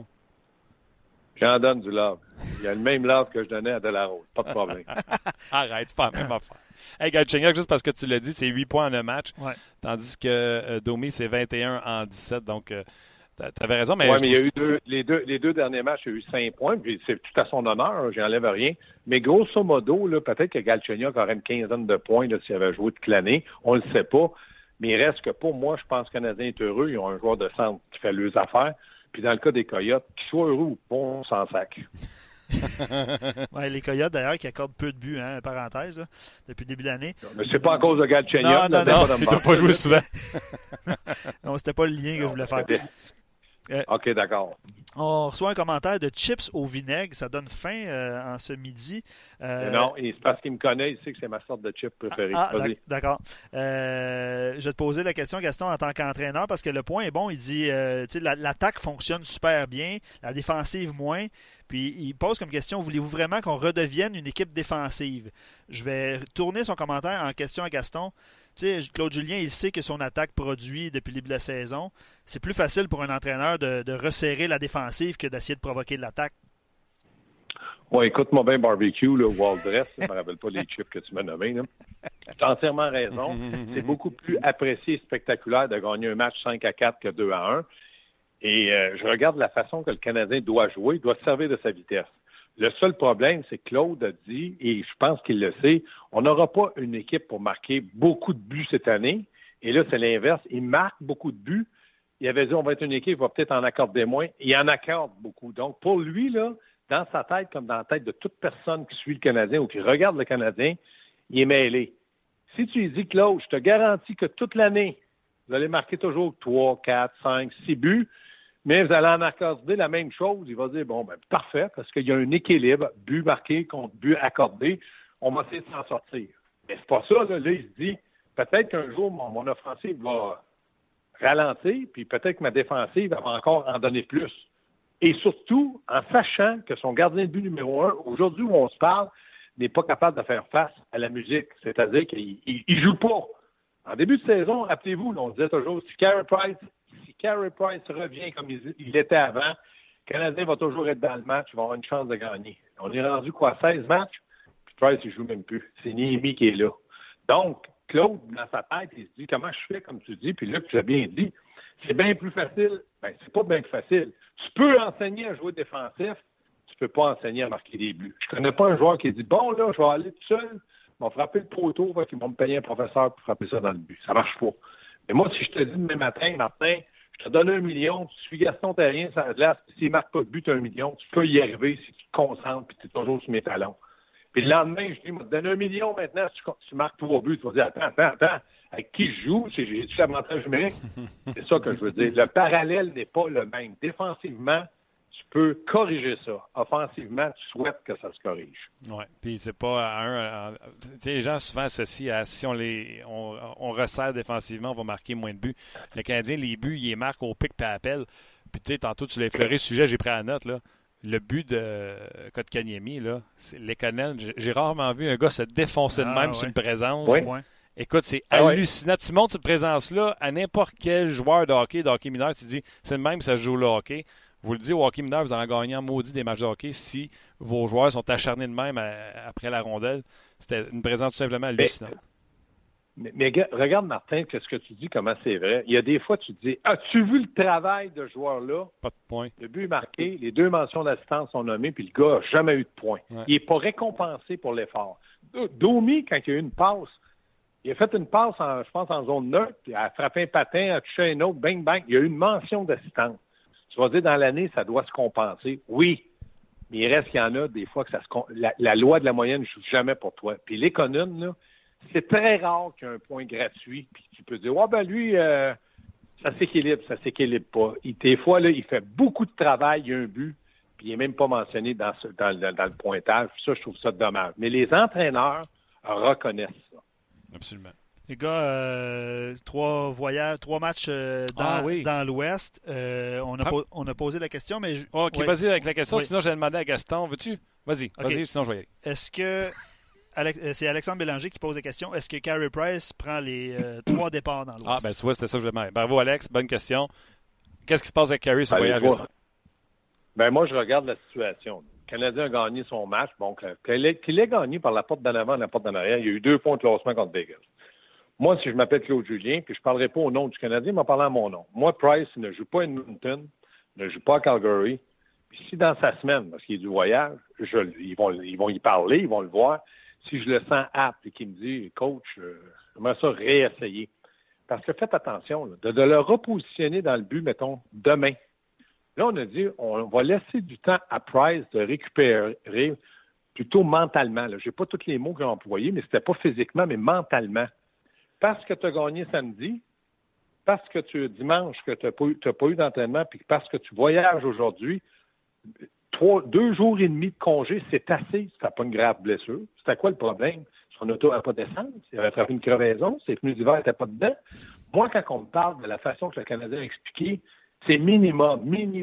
J'en donne du love. Il y a le même love que je donnais à Delarose. Pas de problème. Arrête, c'est pas la même affaire. Hey, Galchenyuk, juste parce que tu l'as dit, c'est 8 points en un match. Ouais. Tandis que Domi, c'est 21 en 17. Donc, tu avais raison. Mais oui, mais il y a eu les deux derniers matchs, il y a eu 5 points. Puis c'est tout à son honneur. J'enlève rien. Mais grosso modo, là, peut-être que Galchenyuk aurait une quinzaine de points là, s'il avait joué toute l'année. On ne le sait pas. Mais il reste que pour moi, je pense que le Canadien est heureux. Ils ont un joueur de centre qui fait leurs affaires. Puis dans le cas des Coyotes, qu'ils soient heureux ou pas, on s'en sac. Ouais, les Coyotes, d'ailleurs, qui accordent peu de buts, hein, parenthèse, là, depuis le début de l'année. Mais c'est pas à cause de Galchenyuk. Non, il ne doit pas jouer souvent. Non, c'était pas le lien que je voulais faire. OK, d'accord. On reçoit un commentaire de Chips au vinaigre. Ça donne faim en ce midi. Non, et c'est parce qu'il me connaît, il sait que c'est ma sorte de chip préférée. D'accord. Je vais te poser la question, Gaston, en tant qu'entraîneur, parce que le point est bon. Il dit l'attaque fonctionne super bien, la défensive moins. Puis il pose comme question, voulez-vous vraiment qu'on redevienne une équipe défensive? Je vais tourner son commentaire en question à Gaston. Tu sais, Claude Julien, il sait que son attaque produit depuis le début de la saison. C'est plus facile pour un entraîneur de resserrer la défensive que d'essayer de provoquer de l'attaque. Oui, écoute-moi bien barbecue, là, Wall Dress, je ne me rappelle pas les chips que tu m'as nommés. Tu as entièrement raison. C'est beaucoup plus apprécié et spectaculaire de gagner un match 5-4 que 2-1. Et je regarde la façon que le Canadien doit jouer, il doit se servir de sa vitesse. Le seul problème, c'est que Claude a dit, et je pense qu'il le sait, on n'aura pas une équipe pour marquer beaucoup de buts cette année. Et là, c'est l'inverse. Il marque beaucoup de buts. Il avait dit, on va être une équipe, il va peut-être en accorder moins. Il en accorde beaucoup. Donc, pour lui, là, dans sa tête, comme dans la tête de toute personne qui suit le Canadien ou qui regarde le Canadien, il est mêlé. Si tu lui dis, Claude, je te garantis que toute l'année, vous allez marquer toujours 3, 4, 5, 6 buts, mais vous allez en accorder la même chose. Il va dire, bon, ben parfait, parce qu'il y a un équilibre, but marqué contre but accordé. On va essayer de s'en sortir. Mais c'est pas ça, là. Là, il se dit, peut-être qu'un jour, mon offensive va ralentir, puis peut-être que ma défensive va encore en donner plus. Et surtout, en sachant que son gardien de but numéro 1, aujourd'hui où on se parle, n'est pas capable de faire face à la musique. C'est-à-dire qu'il ne joue pas. En début de saison, rappelez-vous, on disait toujours, si Carey Price revient comme il était avant, le Canadien va toujours être dans le match, il va avoir une chance de gagner. On est rendu 16 matchs, puis Price, il ne joue même plus. C'est Niemi qui est là. Donc, Claude, dans sa tête, il se dit, comment je fais, comme tu dis, puis là, tu l'as bien dit, c'est bien plus facile. Ben, c'est pas bien plus facile. Tu peux enseigner à jouer défensif, tu peux pas enseigner à marquer des buts. Je connais pas un joueur qui dit, bon, là, je vais aller tout seul, ils vont frapper le poteau, ils vont me payer un professeur pour frapper ça dans le but. Ça marche pas. Mais moi, si je te dis demain matin, Martin, Je te donne 1 million, tu suis Gaston Terrien sur la glace, puis s'il ne marque pas de but, tu as 1 million. Tu peux y arriver si tu te concentres puis tu es toujours sur mes talons. Puis le lendemain, je dis, je te donne 1 million maintenant, si tu marques 3 buts. Tu vas dire, attends. Avec qui je joue? J'ai-tu l'avantage numérique? C'est ça que je veux dire. Le parallèle n'est pas le même. Défensivement, tu peux corriger ça. Offensivement, tu souhaites que ça se corrige. Oui, puis c'est pas les gens souvent associent à si on resserre défensivement, on va marquer moins de buts. Le Canadien, les buts, il les marque au pic par appel. Puis tu sais, tantôt, tu l'as effleuré le sujet, j'ai pris la note, là. Le but de Kotkaniemi, là, c'est Lekonen. J'ai rarement vu un gars se défoncer de même sur une présence. Oui. Écoute, c'est hallucinant. Tu montres cette présence-là à n'importe quel joueur de hockey mineur, tu dis, c'est le même que ça se joue le hockey. Vous le dites, au hockey mineur, vous en gagnez en maudit des matchs de hockey si vos joueurs sont acharnés de même après la rondelle. C'était une présence tout simplement hallucinante. Mais regarde, Martin, qu'est-ce que tu dis, comment c'est vrai. Il y a des fois, tu te dis, as-tu vu le travail de ce joueur-là? Pas de point. Le but est marqué, les 2 mentions d'assistance sont nommées, puis le gars n'a jamais eu de point. Ouais. Il n'est pas récompensé pour l'effort. Domi, quand il a eu une passe, il a fait une passe, je pense, en zone neutre, puis il a frappé un patin, a touché un autre, bang, bang. Il y a eu une mention d'assistance. Tu vas dire, dans l'année, ça doit se compenser. Oui, mais il reste qu'il y en a des fois que la loi de la moyenne ne joue jamais pour toi. Puis Lekonen, là, c'est très rare qu'il y ait un point gratuit, puis tu peux dire, lui, ça s'équilibre pas. Des fois, là, il fait beaucoup de travail, il y a un but, puis il n'est même pas mentionné dans le pointage. Ça, je trouve ça dommage. Mais les entraîneurs reconnaissent ça. Absolument. Les gars, 3 matchs dans l'Ouest. On a posé la question, mais... OK, vas-y avec la question, sinon j'ai demandé à Gaston. Veux-tu? Vas-y, sinon je vais y aller. Est-ce que... c'est Alexandre Bélanger qui pose la question. Est-ce que Carey Price prend les 3 départs dans l'Ouest? Ah, ben tu vois, c'était ça que je voulais demander. Bravo, Alex. Bonne question. Qu'est-ce qui se passe avec Carey sur le voyage? Ben moi, je regarde la situation. Le Canadien a gagné son match. Bon, qu'il ait gagné par la porte d'en avant et la porte d'en arrière, il y a eu 2 points de classement contre Vegas. Moi, si je m'appelle Claude Julien, puis je ne parlerai pas au nom du Canadien, mais en parlant à mon nom. Moi, Price ne joue pas à Edmonton, ne joue pas à Calgary. Puis si dans sa semaine, parce qu'il y a du voyage, ils vont y parler, ils vont le voir. Si je le sens apte et qu'il me dit, coach, j'aimerais ça réessayer. Parce que faites attention, là, de le repositionner dans le but, mettons, demain. Là, on a dit, on va laisser du temps à Price de récupérer plutôt mentalement. Je n'ai pas tous les mots que j'ai employés, mais c'était pas physiquement, mais mentalement. Parce que tu as gagné samedi, parce que dimanche que tu n'as pas eu d'entraînement, puis parce que tu voyages aujourd'hui, 2 jours et demi de congé, c'est assez si tu n'as pas une grave blessure. C'était quoi le problème? Son auto n'avait pas d'essence, il avait frappé une crevaison, ses pneus d'hiver n'étaient pas dedans. Moi, quand on me parle de la façon que le Canadien a expliqué, c'est minimum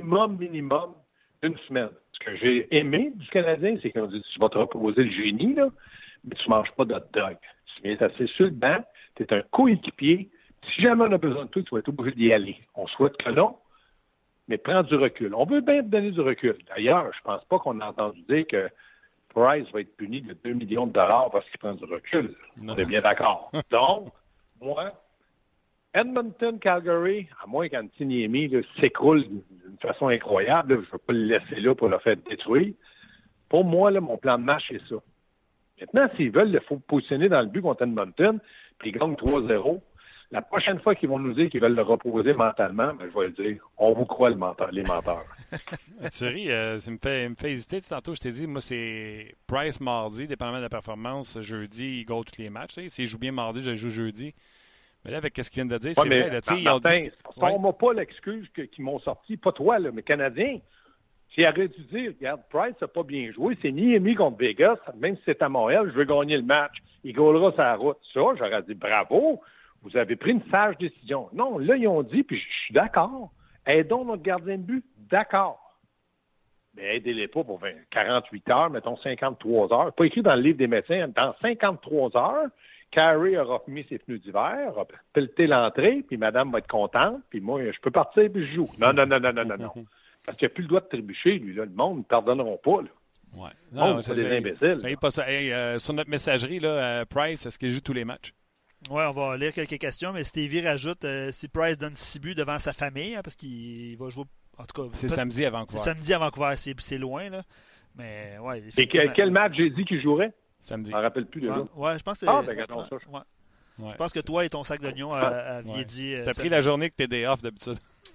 une semaine. Ce que j'ai aimé du Canadien, c'est qu'on dit, tu vas te reposer le génie, là, mais tu ne manges pas de hot dog. Tu viens t'asseoir sur le banc, tu es un coéquipier. Si jamais on a besoin de toi, tu vas être obligé d'y aller. On souhaite que non, mais prends du recul. On veut bien te donner du recul. D'ailleurs, je pense pas qu'on a entendu dire que Price va être puni de 2 millions de dollars parce qu'il prend du recul. On est bien d'accord. Donc, moi, Edmonton, Calgary, à moins qu'Antiniemi s'écroule d'une façon incroyable, je ne veux pas le laisser là pour le faire détruire. Pour moi, là, mon plan de match, c'est ça. Maintenant, s'ils veulent le faut positionner dans le but contre Edmonton, puis ils gagnent 3-0, la prochaine fois qu'ils vont nous dire qu'ils veulent le reposer mentalement, ben, je vais le dire, on vous croit les menteurs. Tu ris, ça me fait hésiter. Tantôt, je t'ai dit, moi, c'est Price mardi, dépendamment de la performance. Jeudi, il gagne tous les matchs. S'il joue bien mardi, je joue jeudi. Mais là, avec ce qu'il vient de dire, c'est vrai. Là, Martin, sors-moi pas l'excuse qu'ils m'ont sorti, pas toi, là, mais Canadien. J'ai arrêté de dire, regarde, Price n'a pas bien joué, c'est Niemi contre Vegas, même si c'est à Montréal, je veux gagner le match. Il gagnera sa route. Ça, j'aurais dit bravo, vous avez pris une sage décision. Non, là, ils ont dit, puis je suis d'accord, aidons notre gardien de but, d'accord. Mais aidez-les pas pour 48 heures, mettons 53 heures. Pas écrit dans le livre des médecins, dans 53 heures, Carey aura mis ses pneus d'hiver, aura pelleté l'entrée, puis madame va être contente, puis moi, je peux partir, puis je joue. Non. Parce qu'il n'a plus le droit de trébucher, lui. Là. Le monde ne pardonneront pas. Là. Ouais. Non, c'est des imbéciles. Pas ça. Sur notre messagerie, là, Price, est-ce qu'il joue tous les matchs? Oui, on va lire quelques questions, mais Stevie rajoute si Price donne 6 buts devant sa famille, parce qu'il va jouer. En tout cas, c'est samedi à Vancouver. C'est samedi à Vancouver, c'est loin, là. Mais, ouais. Et quel match j'ai dit qu'il jouerait? Samedi. Je ne me rappelle plus de là. Ouais, je pense que ben regardons ça. Ouais. Je pense que toi et ton sac d'oignon aviez dit. Tu as pris la journée que tu es day off d'habitude.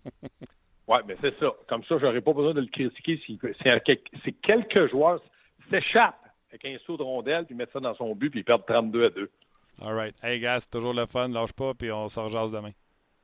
Oui, mais c'est ça. Comme ça, je n'aurais pas besoin de le critiquer si quelques joueurs s'échappent avec un saut de rondelle, puis mettent ça dans son but, puis ils perdent 32-2. All right. Hey, gars, c'est toujours le fun. Lâche pas, puis on se rejase demain.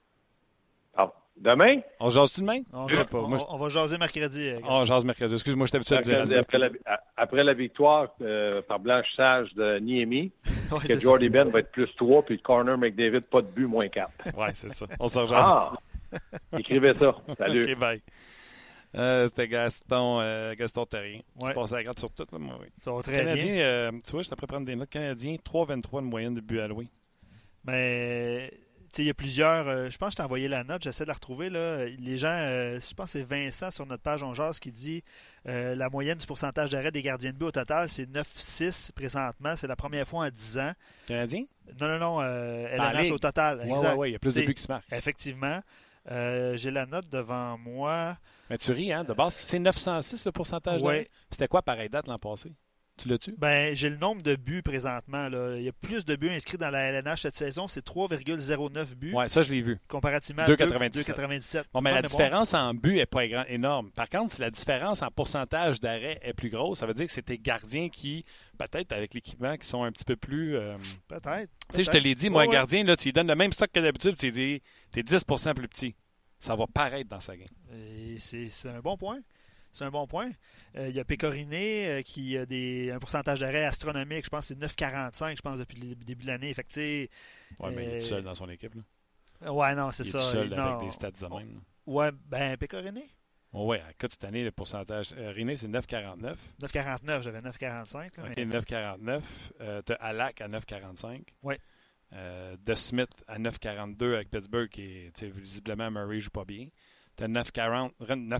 Ah, demain? On se jase-tu demain? On, je sais pas. on va jaser mercredi. On jase mercredi. Excuse-moi, je t'habitue à dire. Après la victoire par blanchissage de Niemi, que Jordy Ben va être plus 3, puis le corner McDavid, pas de but, moins 4. Oui, c'est ça. On se rejase. Ah! Écrivez ça. Salut. OK, bye. C'était Gaston Terrien. Ouais. Tu passais la gratte sur tout. Là, moi, oui. Ça va très Canadien, bien. tu vois, je t'ai prendre des notes. Canadien, 3,23 de moyenne de but alloué. Mais il y a plusieurs. Je pense que je t'ai envoyé la note, j'essaie de la retrouver. Là. Les gens, je pense que c'est Vincent sur notre page On Jase qui dit la moyenne du pourcentage d'arrêt des gardiens de but au total, c'est 9,6 présentement. C'est la première fois en 10 ans. Canadien? Non. LNH au total. Oui, il y a plus de buts qui se marquent. Effectivement. J'ai la note devant moi. Mais tu ris, hein? De base, c'est 906 le pourcentage d'arrêt. C'était quoi pareil date l'an passé? Tu l'as-tu? Ben, j'ai le nombre de buts présentement. Là. Il y a plus de buts inscrits dans la LNH cette saison. C'est 3,09 buts. Oui, ça, je l'ai vu. Comparativement à 2,97. Bon, mais la différence en but n'est pas énorme. Par contre, si la différence en pourcentage d'arrêt est plus grosse, ça veut dire que c'est tes gardiens qui, peut-être avec l'équipement, qui sont un petit peu plus... Peut-être. Tu sais, je te l'ai dit, moi, un gardien, là, tu lui donnes le même stock que d'habitude, tu lui dis, t'es 10 plus petit. Ça va paraître dans sa game. C'est un bon point. C'est un bon point. Il y a Pécoriné qui a un pourcentage d'arrêt astronomique. Je pense que c'est 9,45, je pense, depuis le début de l'année. Fait que, ouais, mais il est tout seul dans son équipe. Là. Ouais, non, c'est ça. Il est tout seul avec des stats de même. Ouais, ben Pécoriné. Oui, écoute, cette année, le pourcentage. Riné, c'est 9,49. 9,49, j'avais 9,45. OK, 9,49. Tu as Alak à 9,45. Oui. De Smith à 9,42 avec Pittsburgh, qui est visiblement Murray ne joue pas bien. Tu as 9,40.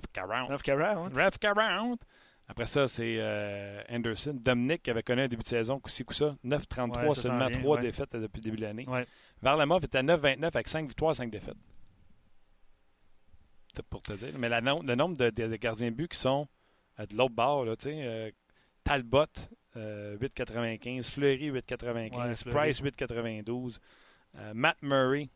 9,40. Après ça, c'est Anderson. Dominic qui avait connu un début de saison, coup-ci, coup-ça. 9,33, seulement 3 défaites depuis le début de l'année. Ouais. Varlamov était à 9,29 avec 5 victoires, 5 défaites. C'est pour te dire. Mais le nombre de gardiens de but qui sont de l'autre bord, là, Talbot, 8,95. Fleury, 8,95. Price, 8,92. Matt Murray,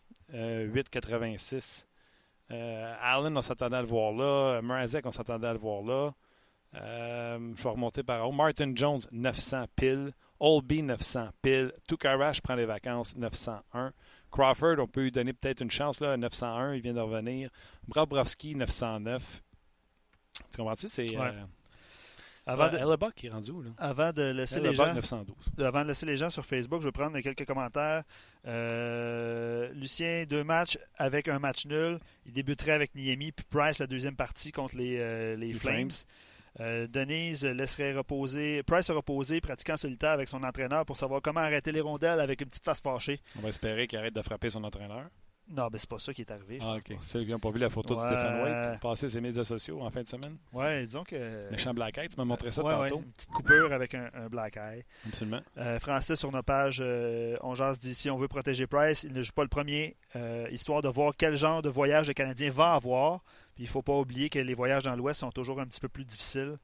8,86. Allen, on s'attendait à le voir là. Mrazek, on s'attendait à le voir là. Je vais remonter par haut. Martin Jones, 900 piles. Olby, 900 piles. Tukarash prend les vacances, 901. Crawford, on peut lui donner peut-être une chance, là, 901, il vient de revenir. Bobrovsky, 909. Tu comprends-tu? C'est... Hellebuck qui est rendu où, là? Avant de laisser les gens 912. Avant de laisser les gens sur Facebook, je vais prendre quelques commentaires. Lucien, 2 matchs avec un match nul. Il débuterait avec Niemi puis Price la deuxième partie contre les Flames. Denise laisserait reposer Price a reposé, pratiquant solitaire avec son entraîneur pour savoir comment arrêter les rondelles avec une petite face fâchée. On va espérer qu'il arrête de frapper son entraîneur. Non, mais c'est pas ça qui est arrivé. Ah, OK. Ceux qui n'ont pas vu la photo de Stéphane White passer ses médias sociaux en fin de semaine. Oui, disons que... Méchant black eye, tu m'as montré ça tantôt. Ouais, une petite coupure avec un black eye. Absolument. Francis, sur nos pages, on jase dit si on veut protéger Price, il ne joue pas le premier, histoire de voir quel genre de voyage le Canadien va avoir. Puis il ne faut pas oublier que les voyages dans l'Ouest sont toujours un petit peu plus difficiles.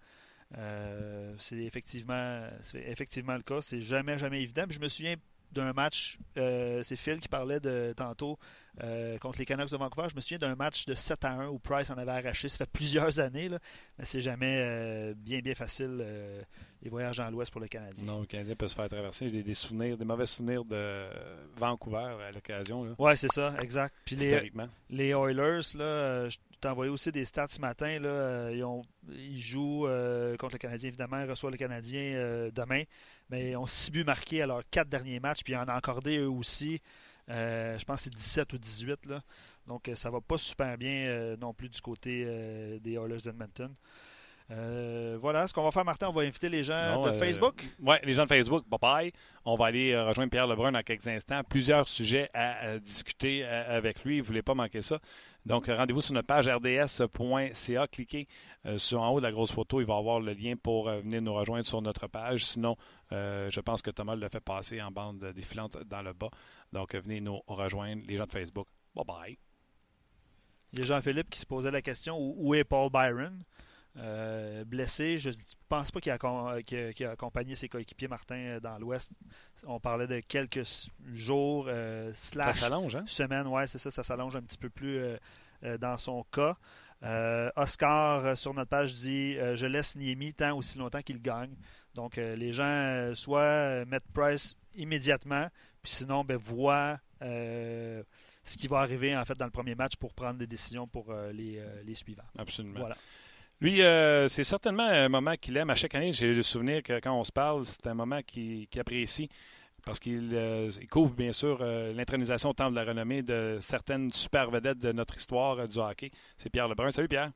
C'est effectivement le cas. C'est jamais évident. Puis je me souviens d'un match, c'est Phil qui parlait tantôt contre les Canucks de Vancouver. Je me souviens d'un match de 7-1 où Price en avait arraché. Ça fait plusieurs années, là, mais c'est jamais bien facile les voyages dans l'Ouest pour le Canadien. Non, le Canadien peut se faire traverser. J'ai des souvenirs, des mauvais souvenirs de Vancouver à l'occasion. Oui, c'est ça, exact. Puis les Oilers, là, je t'ai envoyé aussi des stats ce matin. Là, ils jouent contre le Canadien, évidemment. Ils reçoivent le Canadien demain. Mais ils ont 6 buts marqués à leurs 4 derniers matchs. Puis ils en ont accordé eux aussi. Je pense que c'est 17 ou 18. Là. Donc ça va pas super bien non plus du côté des Oilers d'Edmonton. Voilà, ce qu'on va faire, Martin, on va inviter les gens de Facebook. Oui, les gens de Facebook, bye-bye. On va aller rejoindre Pierre Lebrun dans quelques instants. Plusieurs sujets à discuter avec lui. Vous ne voulez pas manquer ça. Donc, rendez-vous sur notre page rds.ca. Cliquez en haut de la grosse photo. Il va y avoir le lien pour venir nous rejoindre sur notre page. Sinon, je pense que Thomas l'a fait passer en bande défilante dans le bas. Donc, venez nous rejoindre, les gens de Facebook. Bye-bye. Il y a Jean-Philippe qui se posait la question, où est Paul Byron? Blessé, je ne pense pas qu'il a accompagné ses coéquipiers, Martin, dans l'Ouest. On parlait de quelques jours, / ça s'allonge, hein? semaines, ouais, c'est ça s'allonge un petit peu plus dans son cas. Oscar, sur notre page, dit je laisse Niemi tant aussi longtemps qu'il gagne. Donc, les gens soit mettent Price immédiatement, puis sinon, voient ce qui va arriver en fait dans le premier match pour prendre des décisions pour les suivants. Absolument. Voilà. Lui, c'est certainement un moment qu'il aime. À chaque année, j'ai le souvenir que quand on se parle, c'est un moment qu'il apprécie parce qu'il couvre bien sûr l'intronisation au Temple de la Renommée de certaines super vedettes de notre histoire du hockey. C'est Pierre Lebrun. Salut Pierre.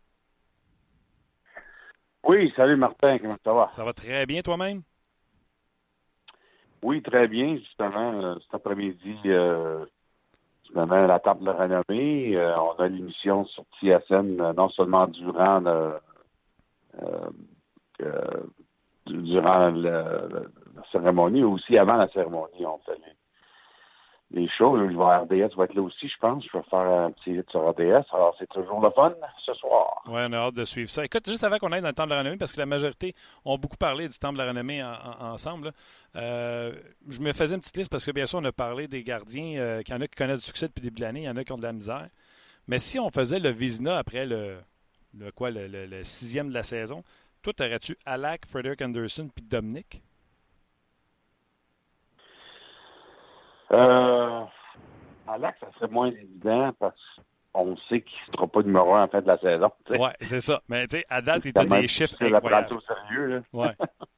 Oui, salut Martin, comment ça va? Ça va très bien toi-même? Oui, très bien. Justement, cet après-midi, justement, la Temple de la Renommée, on a l'émission sur TSN, non seulement durant la cérémonie, mais aussi avant la cérémonie. On fait les shows. RDS va être là aussi, je pense. Je vais faire un petit hit sur RDS. Alors, c'est toujours le fun ce soir. Oui, on a hâte de suivre ça. Écoute, juste avant qu'on aille dans le Temple de la Renommée, parce que la majorité ont beaucoup parlé du Temple de la Renommée ensemble, je me faisais une petite liste parce que, bien sûr, on a parlé des gardiens, qu'il y en a qui connaissent du succès depuis le début de l'année, il y en a qui ont de la misère. Mais si on faisait le Vizina après le 6e de la saison, toi, t'aurais-tu Alak, Frederick Anderson puis Dominic? Alak, ça serait moins évident parce qu'on sait qu'il ne sera pas numéro 1 en fin de la saison. Oui, c'est ça. Mais tu sais, à date, il a des chiffres incroyables. C'est au sérieux, là. Ouais.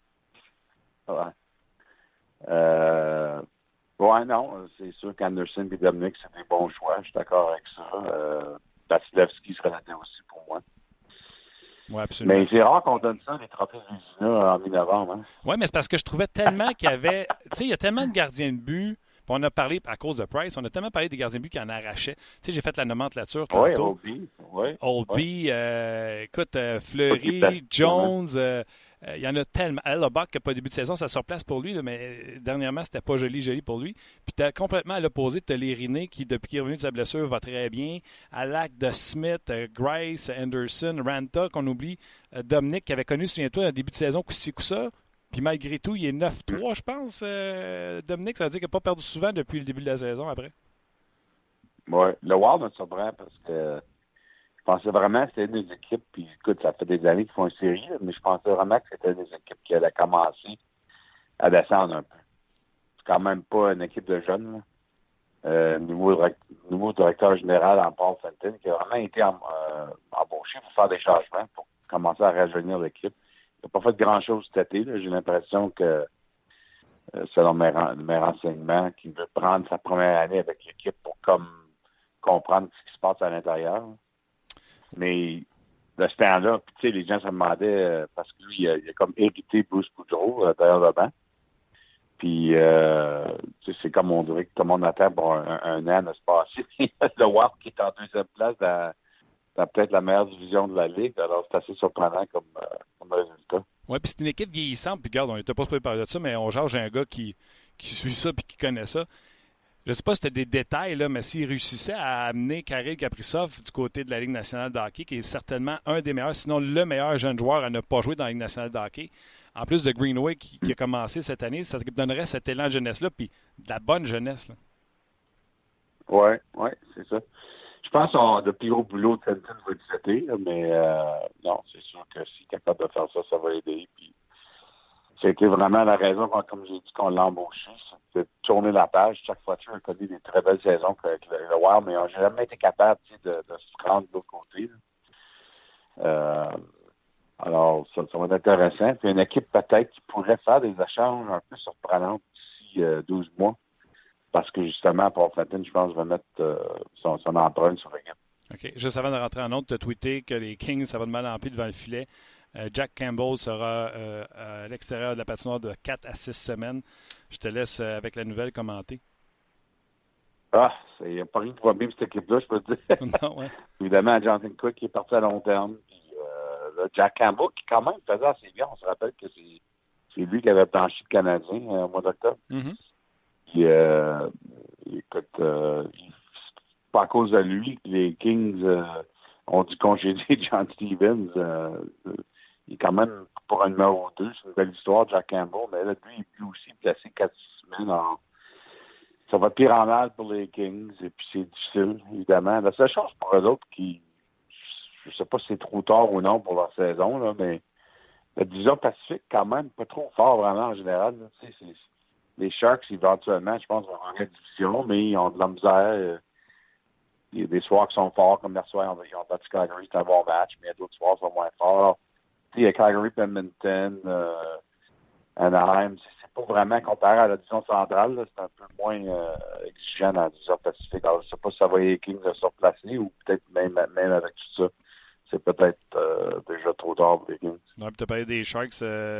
Ouais, non, c'est sûr qu'Anderson et Dominic, c'est des bons choix. Je suis d'accord avec ça. Vasilevski serait là-dedans aussi pour moi. Oui, absolument. Mais c'est rare qu'on donne ça, les trophées Vizina en mi-novembre. Hein? Oui, mais c'est parce que je trouvais tellement qu'il y avait... Tu sais, il y a tellement de gardiens de but. On a parlé, à cause de Price, on a tellement parlé des gardiens de but qui en arrachaient. Tu sais, j'ai fait la nomenclature tantôt. Oui, Oldby, écoute, Fleury, Jones, il y en a tellement. Hellebuck, qui n'a pas de début de saison, ça se replace pour lui, là, mais dernièrement, c'était pas joli pour lui. Puis tu as complètement à l'opposé, tu as Lériné qui, depuis qu'il est revenu de sa blessure, va très bien. Alak, de Smith, Grice, Anderson, Ranta, qu'on oublie. Dominic, qui avait connu, souviens-toi, un début de saison coup-ci, coup-ça. Puis malgré tout, il est 9-3, je pense. Dominic, ça veut dire qu'il n'a pas perdu souvent depuis le début de la saison après. Oui, le Wild me surprend parce que je pensais vraiment que c'était une des équipes, puis écoute, ça fait des années qu'ils font une série, mais je pensais vraiment que c'était une des équipes qui allait commencer à descendre un peu. C'est quand même pas une équipe de jeunes. Nouveau directeur général en Paul Fenton qui a vraiment été embauché pour faire des changements, pour commencer à rajeunir l'équipe. Il n'a pas fait grand-chose cet été. Là. J'ai l'impression que, selon mes renseignements, qu'il veut prendre sa première année avec l'équipe pour comprendre ce qui se passe à l'intérieur. Mais de ce temps-là, puis tu sais, les gens se demandaient, parce que lui, il a comme hérité Bruce Boudreau derrière le banc. Puis, tu sais, c'est comme on dirait que tout le monde attend pour un an de se passer. Le Wild qui est en deuxième place dans peut-être la meilleure division de la Ligue. Alors, c'est assez surprenant comme résultat. Oui, puis c'est une équipe vieillissante. Puis, regarde, on n'était pas préparé de ça, mais on charge un gars qui suit ça puis qui connaît ça. Je ne sais pas si c'était des détails, là, mais s'il réussissait à amener Kirill Kaprizov du côté de la Ligue nationale de hockey, qui est certainement un des meilleurs, sinon le meilleur jeune joueur à ne pas jouer dans la Ligue nationale de hockey, en plus de Greenway qui a commencé cette année, ça donnerait cet élan de jeunesse-là, puis de la bonne jeunesse. Oui, c'est ça. Je pense que le plus gros boulot de Fenton va être cet été, mais non, c'est sûr que s'il est capable de faire ça, ça va aider. Puis, c'était vraiment la raison, comme j'ai dit, qu'on l'a embauché, c'est de tourner la page. Chaque fois, tu as connu des très belles saisons avec le Wild, mais on n'a jamais été capable de se rendre de l'autre côté. Alors, ça va être intéressant. Puis une équipe peut-être qui pourrait faire des échanges un peu surprenants d'ici 12 mois. Parce que justement, Paul Fenton, je pense, va mettre son empreinte sur l'équipe. OK. Juste avant de rentrer en autre, tu as tweeté que les Kings, ça va de mal en pis devant le filet. Jack Campbell sera à l'extérieur de la patinoire de 4 à 6 semaines. Je te laisse avec la nouvelle commenter. Il n'y a pas rien qui va bien cette équipe-là, je peux te dire. Non, ouais. Évidemment, Jonathan Cook qui est parti à long terme. Puis, Jack Campbell qui quand même faisait assez bien. On se rappelle que c'est lui qui avait blanchi le Canadien au mois d'octobre. Mm-hmm. Puis, écoute, c'est pas à cause de lui que les Kings ont dû congédier John Stevens. Il est quand même pour un numéro 2. C'est une belle histoire, Jack Campbell. Mais là, lui, il est aussi placé 4 semaines ça va de pire en mal pour les Kings, et puis c'est difficile, évidemment. La seule chose pour eux autres qui, je sais pas si c'est trop tard ou non pour leur saison, là, mais la division Pacifique, quand même, pas trop fort vraiment en général. Là. Les Sharks, éventuellement, je pense, vont avoir une division, mais ils ont de la misère. Il y a des soirs qui sont forts, comme hier soir, ils ont battu Calgary, c'est un bon match, mais il y a d'autres soirs qui sont moins forts. Il y a Calgary, Edmonton, Anaheim, c'est pas vraiment comparé à la division centrale, là, c'est un peu moins exigeant dans la division Pacifique. Alors, je sais pas si ça va les Kings se replacer ou peut-être même avec tout ça. C'est peut-être déjà trop tard pour les Kings. Non, puis tu as parlé des Sharks.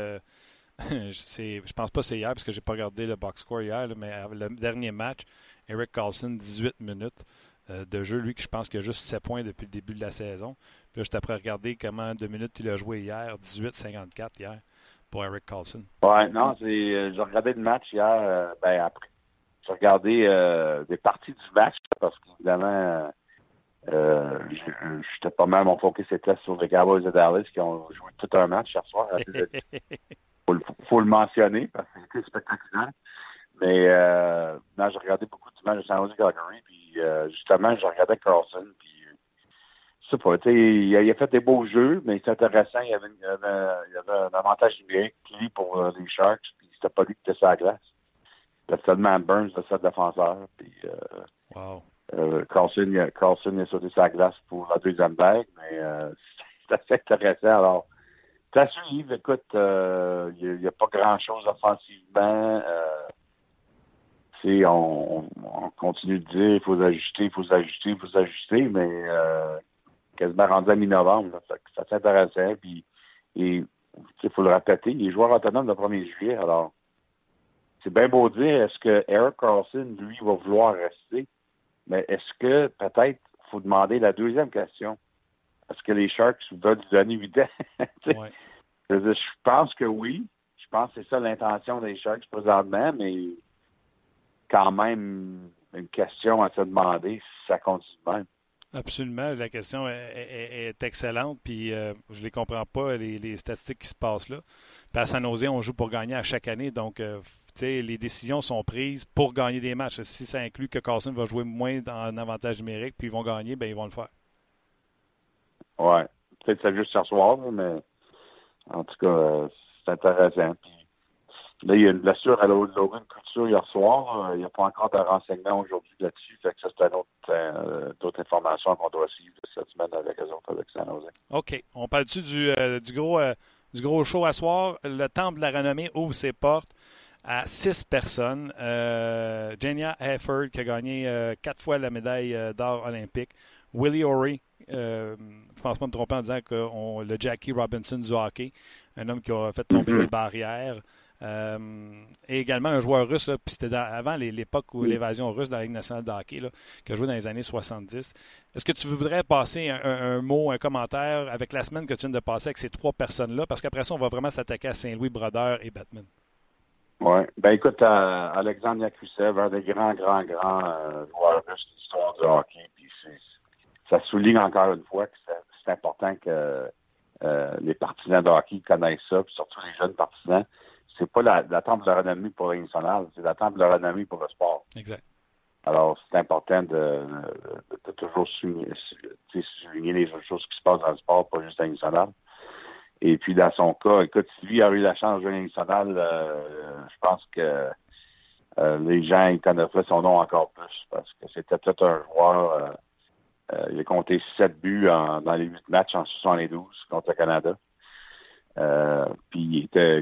Je pense pas que c'est hier, parce que j'ai pas regardé le box score hier, là, mais le dernier match, Erik Karlsson, 18 minutes de jeu. Lui, je pense qu'il a juste 7 points depuis le début de la saison. Puis là, j'étais après regarder comment 2 minutes il a joué hier. 18-54 hier pour Erik Karlsson. Ouais, non, j'ai regardé le match hier. Après, j'ai regardé des parties du match parce qu'évidemment, j'étais pas mal, mon focus était sur les Cowboys de Dallas qui ont joué tout un match hier soir. Faut le mentionner parce que c'était spectaculaire. Mais non, j'ai regardé beaucoup du match de San Jose Calgary, puis justement, j'ai regardé Karlsson, puis je sais pas, il a fait des beaux jeux, mais c'est intéressant, il y avait un avantage numérique pour les Sharks, puis c'était pas lui qui était sur la glace. C'était seulement Burns, le seul défenseur, puis wow. Karlsson a sauté sa glace pour la deuxième vague, mais c'est assez intéressant. Alors, ça suit, écoute, il n'y a pas grand-chose offensivement. On continue de dire il faut ajuster, mais quasiment rendu à mi-novembre. C'est intéressant. Puis, il faut le répéter, il est joueur autonome le 1er juillet. Alors, c'est bien beau dire, est-ce que Erik Karlsson, lui, va vouloir rester? Mais est-ce que, peut-être, il faut demander la deuxième question. Est-ce que les Sharks veulent lui donner 8 ans? Ouais. Je pense que oui. Je pense que c'est ça l'intention des Sharks présentement, mais quand même une question à se demander si ça continue de même. Absolument. La question est excellente, puis je les comprends pas, les statistiques qui se passent là. Puis à San Jose, on joue pour gagner à chaque année, donc les décisions sont prises pour gagner des matchs. Si ça inclut que Karlsson va jouer moins en avantage numérique, puis ils vont gagner, ben ils vont le faire. Oui. Peut-être que c'est juste ce soir, mais en tout cas, c'est intéressant. Puis, là, il y a une blessure à Logan Couture hier soir. Il n'y a pas encore de renseignements aujourd'hui là-dessus. Fait que ça, c'est d'autres informations qu'on doit suivre cette semaine avec eux autres, avec San Jose. OK. On parle-tu du gros show à soir? Le Temple de la Renommée ouvre ses portes à 6 personnes. Jania Hefford, qui a gagné 4 fois la médaille d'or olympique. Willie O'Ree, je ne pense pas me tromper en disant que le Jackie Robinson du hockey, un homme qui a fait tomber des barrières. Et également un joueur russe, là, puis c'était avant l'époque où l'évasion russe dans la Ligue nationale de hockey, là, qui a joué dans les années 70. Est-ce que tu voudrais passer un mot, un commentaire avec la semaine que tu viens de passer avec ces 3 personnes-là? Parce qu'après ça, on va vraiment s'attaquer à Saint-Louis, Brodeur et Batman. Oui. Ben écoute, Alexandre Yakusev, un des grands joueurs russes de l'histoire du hockey, puis ça souligne encore une fois que c'est important que les partisans de hockey connaissent ça, puis surtout les jeunes partisans. C'est pas la temple de la renommée pour la Ligue nationale, c'est la temple de la renommée pour le sport. Exact. Alors, c'est important de toujours souligner les autres choses qui se passent dans le sport, pas juste la Ligue nationale. Et puis, dans son cas, écoute, si lui a eu la chance de jouer la Ligue nationale, je pense que les gens ils connaîtraient son nom encore plus, parce que c'était tout un joueur. Il a compté 7 buts dans les 8 matchs en 72 contre le Canada. Puis il était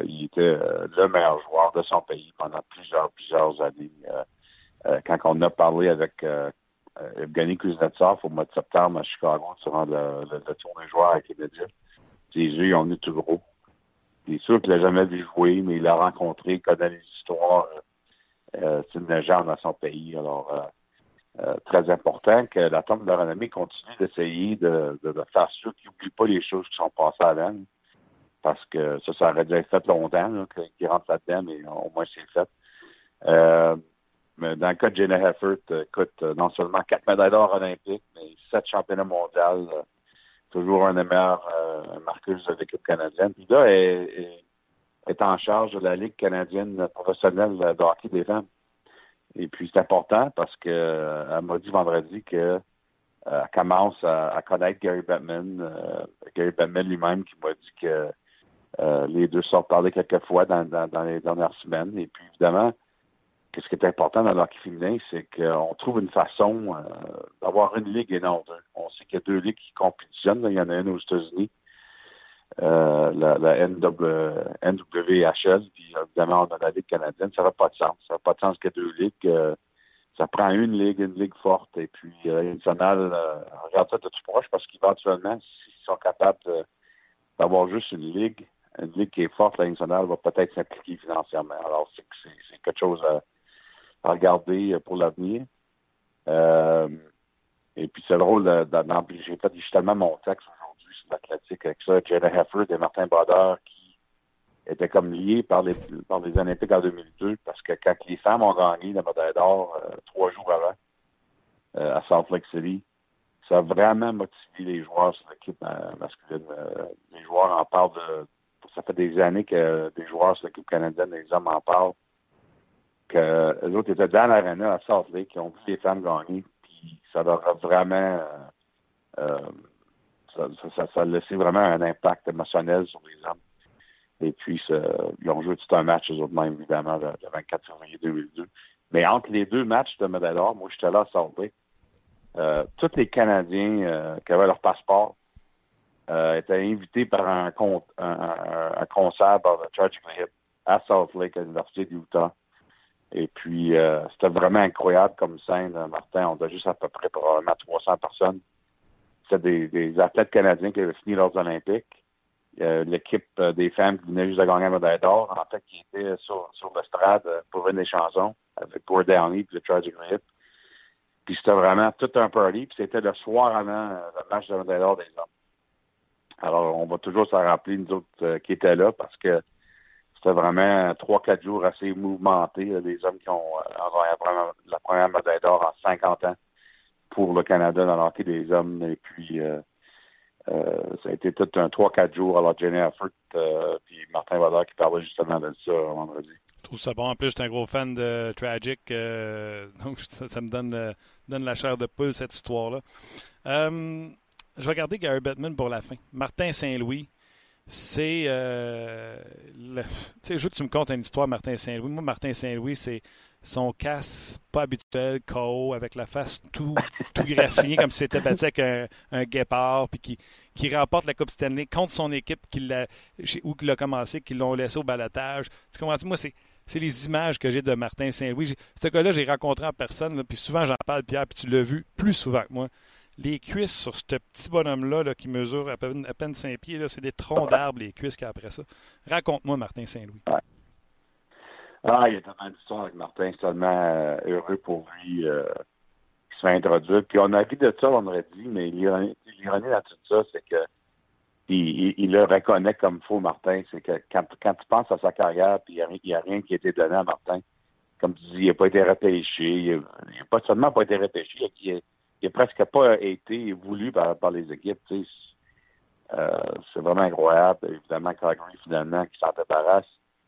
le meilleur joueur de son pays pendant plusieurs années. Quand on a parlé avec Evgeny Kuznetsov au mois de septembre à Chicago durant le tour des joueurs avec les médias, ses yeux ils ont eu tout gros. C'est sûr qu'il l'a jamais vu jouer, mais il l'a rencontré, il connaît les histoires. C'est une légende dans son pays. Alors très important que la Temple de la Renommée continue d'essayer de faire sûr qu'il n'oublie pas les choses qui sont passées avant. Parce que ça aurait déjà été fait longtemps, là, qu'il rentre là-dedans, mais au moins c'est fait. Mais dans le cas de Jana Hefford, écoute, non seulement 4 médailles d'or olympiques, mais 7 championnats mondiaux, toujours un des meilleurs marqueurs de l'équipe canadienne. Puis là, elle est en charge de la Ligue canadienne professionnelle de hockey des femmes. Et puis, c'est important parce qu'elle m'a dit vendredi qu'elle commence à connaître Gary Bettman. Gary Bettman lui-même qui m'a dit que les deux se sont parlé quelques fois dans les dernières semaines. Et puis, évidemment, ce qui est important dans l'hockey féminin, c'est qu'on trouve une façon d'avoir une ligue et non deux. On sait qu'il y a deux ligues qui compétitionnent. Il y en a une aux États-Unis, la NWHL, puis évidemment, on a la Ligue canadienne. Ça n'a pas de sens. Ça n'a pas de sens qu'il y ait deux ligues. Ça prend une ligue forte. Et puis, nationale, regarde ça de tout proche parce qu'éventuellement, s'ils sont capables d'avoir juste une ligue qui est forte, la Ligue nationale va peut-être s'impliquer financièrement. Alors, c'est quelque chose à regarder pour l'avenir. Et puis, c'est drôle, j'ai fait justement mon texte aujourd'hui sur l'Atlantique avec ça, Jenna Hefford et Martin Brodeur qui étaient comme liés par les Olympiques en 2002 parce que quand les femmes ont gagné la médaille d'or 3 jours avant à Salt Lake City, ça a vraiment motivé les joueurs sur l'équipe masculine. Les joueurs en parlent ça fait des années que des joueurs sur l'équipe canadienne, les hommes en parlent, que les autres étaient dans l'aréna à Salt Lake, qui ont vu les femmes gagner, puis ça leur a vraiment ça a laissé vraiment un impact émotionnel sur les hommes. Et puis, ils ont joué tout un match, eux autres même, évidemment, le 24 février 2002. Mais entre les deux matchs de médaille d'or, moi, j'étais là à Salt Lake. Tous les Canadiens qui avaient leur passeport étaient invités par un concert par le Charging Hip à Salt Lake, à l'Université de Utah. Et puis, c'était vraiment incroyable comme scène, Martin. On a juste à peu près probablement 300 personnes. C'était des athlètes canadiens qui avaient fini leurs Olympiques. L'équipe des femmes qui venaient juste de gagner la médaille d'or, en fait, qui était sur l'estrade pour venir des chansons avec Gord Downie et le Charging Hip. Puis c'était vraiment tout un party. Puis c'était le soir avant le match de la médaille d'or des hommes. Alors, on va toujours s'en rappeler, nous autres qui étaient là, parce que c'était vraiment 3-4 jours assez mouvementés. Des hommes qui ont la première médaille d'or en 50 ans pour le Canada dans l'hockey des hommes. Et puis, ça a été tout un 3-4 jours. Alors, Jenny Hefford puis Martin Brodeur qui parlait justement de ça vendredi. Je trouve ça bon. En plus, je suis un gros fan de Tragic, donc ça me donne la chair de poule, cette histoire-là. Je vais garder Gary Bettman pour la fin. Martin Saint-Louis, c'est... tu sais, je veux que tu me contes une histoire, Martin Saint-Louis. Moi, Martin Saint-Louis, c'est son casse pas habituel, KO, avec la face tout graffinée, comme si c'était battu avec un guépard, puis qui remporte la Coupe Stanley contre son équipe où il a commencé, qui l'ont laissé au balotage. Tu comprends? Moi, c'est les images que j'ai de Martin Saint-Louis. Ce gars-là, j'ai rencontré en personne, là, puis souvent j'en parle, Pierre, puis tu l'as vu plus souvent que moi. Les cuisses sur ce petit bonhomme-là là, qui mesure à peine 5 pieds, là, c'est des troncs d'arbres, les cuisses qu'il y a après ça. Raconte-moi, Martin Saint-Louis. Ouais. Il y a tellement d'histoires avec Martin, c'est tellement heureux pour lui qu'il se fait introduire. Puis on a ri de ça, on aurait dit, mais l'ironie dans tout ça, c'est que il le reconnaît comme faux, Martin. C'est que quand tu penses à sa carrière, puis il n'y a rien qui a été donné à Martin, comme tu dis, il n'a pas été repêché. Il n'a pas seulement pas été repêché, il n'a presque pas été voulu par les équipes. C'est vraiment incroyable. Évidemment, Calgary, finalement, qui s'en débarrasse.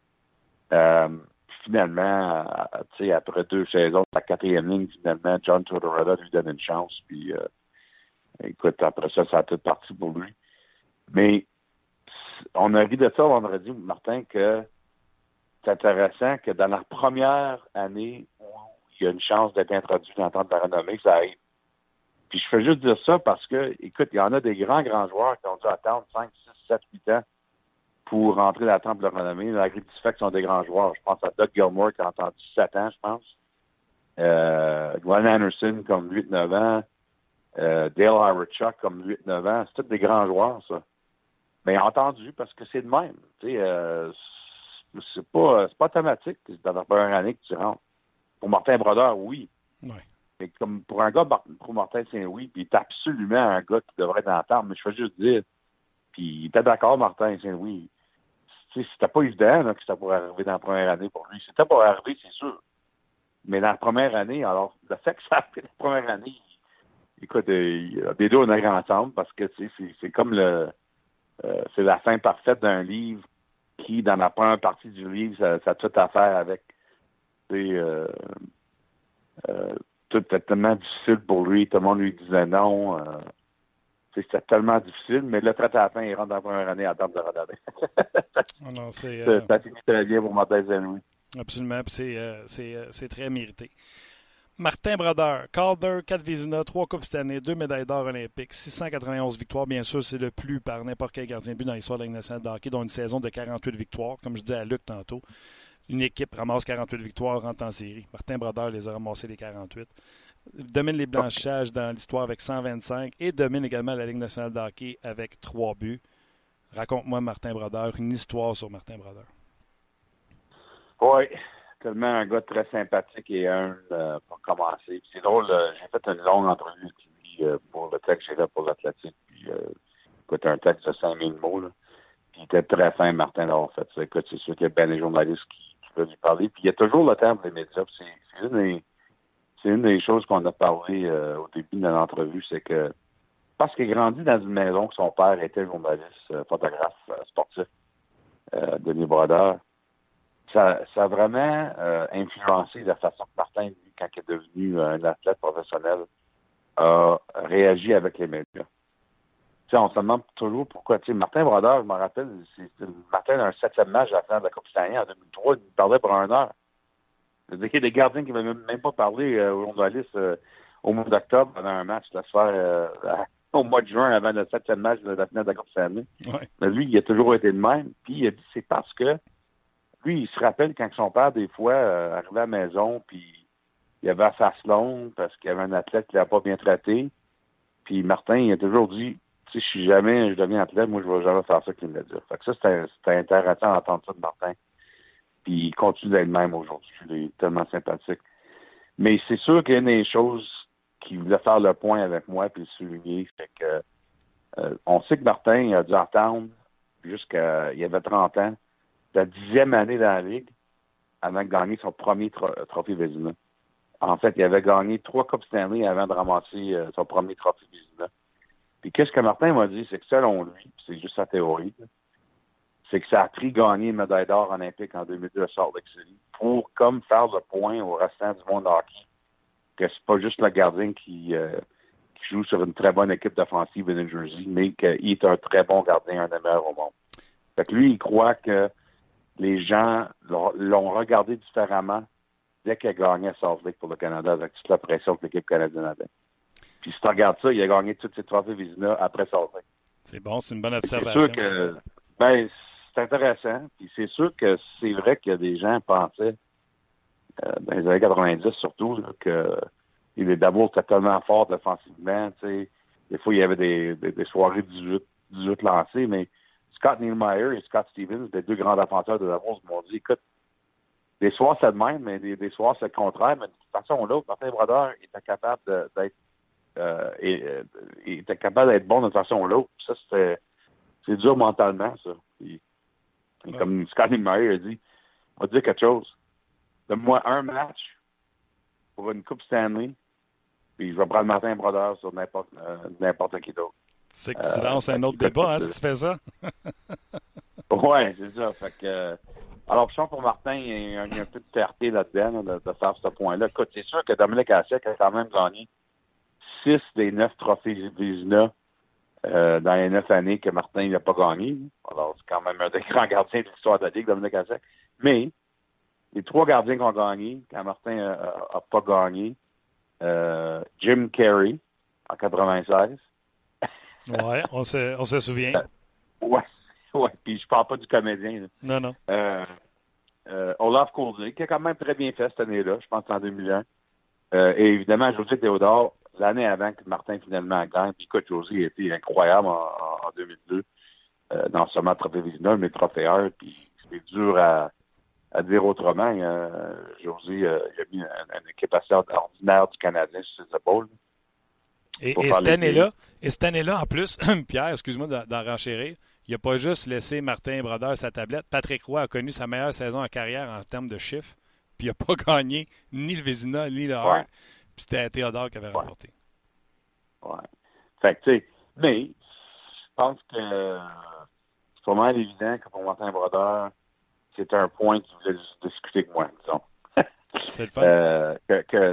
Finalement, après 2 saisons, la 4e ligne, finalement, John Tortorella lui donne une chance. Puis, écoute, après ça a tout parti pour lui. Mais on a ri de ça vendredi, Martin, que c'est intéressant que dans la première année où il y a une chance d'être introduit dans le temps de la renommée, ça arrive. Puis je fais juste dire ça parce que, écoute, il y en a des grands joueurs qui ont dû attendre 5, 6, 7, 8 ans pour rentrer dans la temple de la renommée. Malgré du fait qu'ils sont des grands joueurs. Je pense à Doug Gilmour qui a attendu 7 ans, je pense. Glenn Anderson comme 8-9 ans. Dale Hawerchuk comme 8-9 ans. C'est tous des grands joueurs, ça. Mais entendu, parce que c'est de même. Tu sais, c'est pas automatique dans la première année que tu rentres. Pour Martin Brodeur, oui. Ouais. Mais comme pour un gars, pour Martin Saint-Louis, puis il est absolument un gars qui devrait être dans la table, mais je veux juste dire, puis il était d'accord, Martin Saint-Louis. Tu sais, c'était pas évident là, que ça pourrait arriver dans la première année pour lui. C'était pour arriver, c'est sûr. Mais dans la première année, alors, le fait que ça a fait la première année, écoute, les deux, on a grand ensemble parce que c'est comme c'est la fin parfaite d'un livre qui, dans la première partie du livre, ça a tout à faire avec Tout était tellement difficile pour lui. Tout le monde lui disait non. C'était tellement difficile, mais le traité à la fin, il rentre dans la première année à table de Rodadin. Ça finit très bien pour Martin Saint-Louis. Absolument. C'est très mérité. Martin Brodeur, Calder, 4 Vézina, 3 Coupes cette année, 2 médailles d'or olympiques, 691 victoires. Bien sûr, c'est le plus par n'importe quel gardien de but dans l'histoire de la Ligue nationale de hockey, dont une saison de 48 victoires. Comme je disais à Luc tantôt, une équipe ramasse 48 victoires, rentre en série. Martin Brodeur les a ramassés les 48. Domine les blanchissages dans l'histoire avec 125 et domine également la Ligue nationale de hockey avec 3 buts. Raconte-moi Martin Brodeur, une histoire sur Martin Brodeur. Oui. Tellement un gars très sympathique et humble pour commencer. Puis c'est drôle, j'ai fait une longue entrevue avec lui pour le texte que j'ai fait pour l'Athlétique. Puis, écoute, un texte de 5000 mots. Là. Puis il était très fin, Martin, d'avoir fait ça. Écoute, c'est sûr qu'il y a bien des journalistes qui veulent lui parler. Puis il y a toujours le temps pour les médias. Puis c'est une des choses qu'on a parlé au début de l'entrevue, c'est que parce qu'il a grandi dans une maison que son père était journaliste, photographe sportif, Denis Brodeur, ça a vraiment influencé la façon que Martin, lui, quand il est devenu un athlète professionnel, a réagi avec les médias. T'sais, on se demande toujours pourquoi. Martin Brodeur, je me rappelle, c'est le matin d'un 7e match à la finale de la Coupe Stanley en 2003, il parlait pour 1 heure. C'est-à-dire qu'il y a des gardiens qui ne veulent même pas parler aux journalistes au mois d'octobre pendant un match, la soirée au mois de juin avant le 7e match de la finale de la Coupe Stanley. Ouais. Mais lui, il a toujours été de même. Puis il a dit c'est parce que lui, il se rappelle quand son père, des fois, arrivait à la maison, puis il avait la face longue parce qu'il y avait un athlète qui ne l'avait pas bien traité. Puis Martin, il a toujours dit, tu sais, si jamais je deviens athlète, moi, je ne vais jamais faire ça qu'il me l'a dit. Fait que ça, c'était intéressant d'entendre ça de Martin. Puis il continue d'être le même aujourd'hui. Il est tellement sympathique. Mais c'est sûr qu'il y a des choses qui voulait faire le point avec moi puis le souligner. Fait que on sait que Martin a dû attendre jusqu'à... Il avait 30 ans. La 10e année dans la Ligue avant de gagner son premier trophée Vézina. En fait, il avait gagné 3 Coupes Stanley avant de ramasser son premier trophée Vézina. Puis qu'est-ce que Martin m'a dit, c'est que selon lui, c'est juste sa théorie, c'est que ça a pris gagner une médaille d'or olympique en 2002 à Salt Lake City pour comme faire le point au restant du monde hockey que c'est pas juste le gardien qui joue sur une très bonne équipe défensive de New Jersey, mais qu'il est un très bon gardien, un des meilleurs au monde. Fait que lui, il croit que les gens l'ont regardé différemment dès qu'il a gagné à Salt Lake pour le Canada avec toute la pression que l'équipe canadienne avait. Puis si tu regardes ça, il a gagné tous ses trophées Vézina après Salt Lake. C'est bon, c'est une bonne observation. C'est sûr que c'est intéressant. Puis c'est sûr que c'est vrai qu'il y a des gens qui pensaient dans les années 90 surtout là, que il est d'abord totalement fort défensivement. T'sais. Des fois, il y avait des soirées 18 lancés, mais Scott Niedermayer et Scott Stevens, les 2 grands défenseurs de Davos, m'ont dit, écoute, des soirs c'est de même, mais des soirs c'est le contraire, mais de toute façon ou l'autre, Martin Brodeur était capable d'être il était capable d'être bon d'une façon ou l'autre. Ça, c'est dur mentalement, ça. Puis, comme Scott Niedermayer a dit, on va dire quelque chose. Donne-moi un match pour une Coupe Stanley, puis je vais prendre Martin Brodeur sur n'importe qui d'autre. Tu sais que tu lances un autre débat, si tu fais ça. Oui, c'est ça. Fait que, alors, je pense pour Martin, il y a un peu de fierté là-dedans de faire ce point-là. Écoute, c'est sûr que Dominique Hasek a quand même gagné 6 des 9 trophées Vézina dans les 9 années que Martin n'a pas gagné. Alors, c'est quand même un des grands gardiens de l'histoire de la Ligue, Dominique Hasek. Mais les 3 gardiens qui ont gagné, quand Martin n'a pas gagné, Jim Carrey en 96. Oui, on se souvient. Oui, puis je parle pas du comédien. Là. Non. Olaf Kolzig, qui a quand même très bien fait cette année-là, je pense en 2001. Et évidemment, José Théodore, l'année avant que Martin finalement gagne. Puis écoute, José a été incroyable en 2002, non seulement trophée Vézina, mais trophée Hart. Puis c'est dur à dire autrement. José il a mis une équipe assez ordinaire du Canadien sur ses épaules. Et cette année-là, en plus, Pierre, excuse-moi d'en renchérir, il n'a pas juste laissé Martin Brodeur sa tablette. Patrick Roy a connu sa meilleure saison en carrière en termes de chiffres, puis il n'a pas gagné ni le Vézina, ni le Hart. Puis c'était Théodore qui avait remporté. Oui. Fait que, tu sais, mais je pense que c'est vraiment évident que pour Martin Brodeur, c'est un point qu'il voulait discuter avec moi, disons. C'est le fun.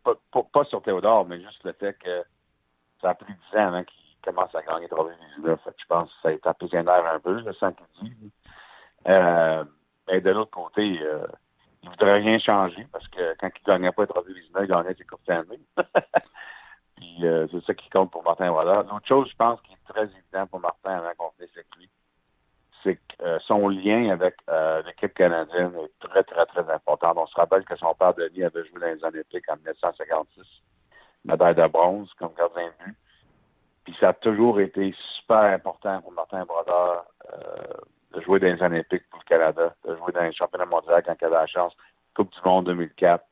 pas sur Théodore, mais juste le fait que ça a pris 10 ans avant qu'il commence à gagner Trophée Vizina. Fait que je pense que ça a tapé ses nerfs un peu, là, sans qu'il dise. Mais de l'autre côté, il ne voudrait rien changer parce que quand il ne gagnait pas le Trophée Vizina, il gagnait ses Coupes Stanley. Puis c'est ça qui compte pour Martin Brodeur. L'autre chose, je pense, qui est très évident pour Martin avant qu'on finisse avec lui, c'est que son lien avec l'équipe canadienne est très, très, très important. On se rappelle que son père Denis avait joué dans les Olympiques en 1956, médaille de bronze comme gardien de but. Puis ça a toujours été super important pour Martin Brodeur de jouer dans les Olympiques pour le Canada, de jouer dans les championnats mondiaux quand il avait la chance, Coupe du Monde 2004.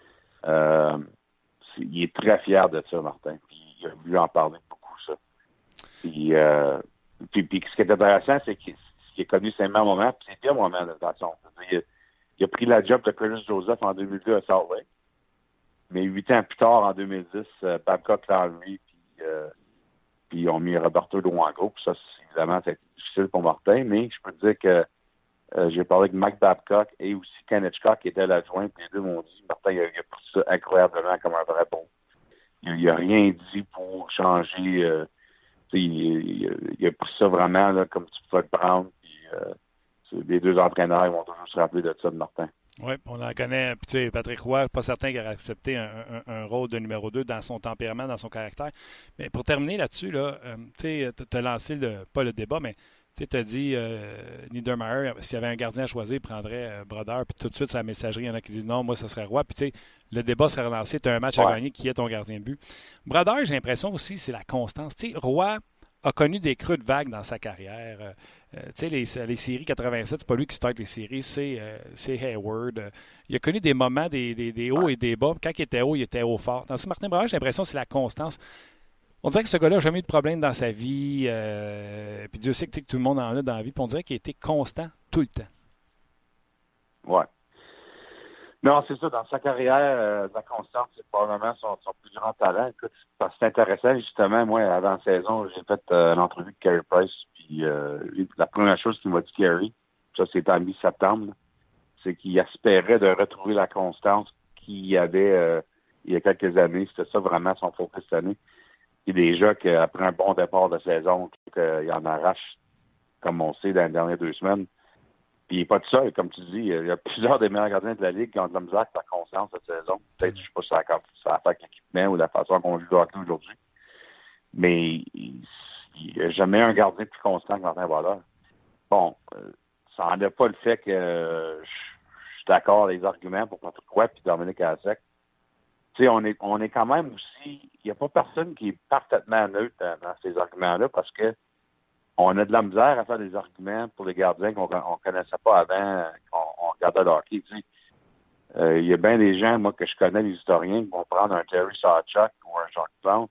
Il est très fier de ça, Martin. Puis il a voulu en parler beaucoup, ça. Puis ce qui est intéressant, c'est qu'il a connu ses meilleurs moments, puis ses pires moments de façon. Il a pris la job de Curtis Joseph en 2002 à Salt Lake. Mais 8 ans plus tard, en 2010, Babcock l'a enlevé, puis ils ont mis Roberto Luongo. Puis ça, évidemment, c'est difficile pour Martin, mais je peux te dire que j'ai parlé avec Mike Babcock et aussi Ken Hitchcock, qui était l'adjoint, puis les deux m'ont dit, Martin, il a pris ça incroyablement comme un vrai bon. Il n'a rien dit pour changer. Il a pris ça vraiment là, comme tu peux le prendre. Puis, les deux entraîneurs ils vont toujours se rappeler de ça de Martin. Oui, on en connaît. Puis, tu sais, Patrick Roy, pas certain qu'il aurait accepté un rôle de numéro 2 dans son tempérament, dans son caractère. Mais pour terminer là-dessus, là, tu as lancé, pas le débat, mais tu as dit Niedermayer, s'il y avait un gardien à choisir, il prendrait Brodeur. Puis tout de suite, sur la messagerie, il y en a qui disent non, moi, ce serait Roy. Puis tu sais, le débat serait relancé. Tu as un match à gagner, qui est ton gardien de but. Brodeur, j'ai l'impression aussi, c'est la constance. Tu sais, Roy a connu des creux de vague dans sa carrière. Tu sais, les séries 87, c'est pas lui qui start les séries, c'est Hayward. Il a connu des moments, des hauts et des bas. Quand il était haut fort. Dans ce Martin Brodeur, j'ai l'impression que c'est la constance. On dirait que ce gars-là n'a jamais eu de problème dans sa vie. Puis Dieu sait que tout le monde en a dans la vie. Puis on dirait qu'il a été constant tout le temps. Ouais. Non, c'est ça. Dans sa carrière, la constance, c'est probablement son plus grand talent. Écoute, c'est intéressant. Justement, moi, avant la saison, j'ai fait l'entrevue de Carey Price. Puis la première chose qu'il m'a dit, Carey, ça c'était en mi-septembre, c'est qu'il espérait de retrouver la constance qu'il y avait il y a quelques années. C'était ça vraiment son focus cette année. Et déjà qu'après un bon départ de saison, qu'il en arrache, comme on sait, dans les dernières 2 semaines. Puis il n'est pas de ça. Et comme tu dis, il y a plusieurs des meilleurs gardiens de la Ligue qui ont de la misère avec la constance cette saison. Peut-être, je ne sais pas si ça a fait avec l'équipement ou la façon qu'on joue le hockey aujourd'hui. Mais il n'y a jamais un gardien plus constant que Martin Brodeur. Bon, ça n'enlève pas le fait que je suis d'accord avec les arguments pour Patrick Roy et Dominique Hasek. Tu sais, on est quand même aussi... Il n'y a pas personne qui est parfaitement neutre dans ces arguments-là parce que on a de la misère à faire des arguments pour les gardiens qu'on ne connaissait pas avant qu'on regardait le hockey. Tu sais, il y a bien des gens, moi, que je connais, les historiens, qui vont prendre un Terry Sawchuk ou un Jacques Plante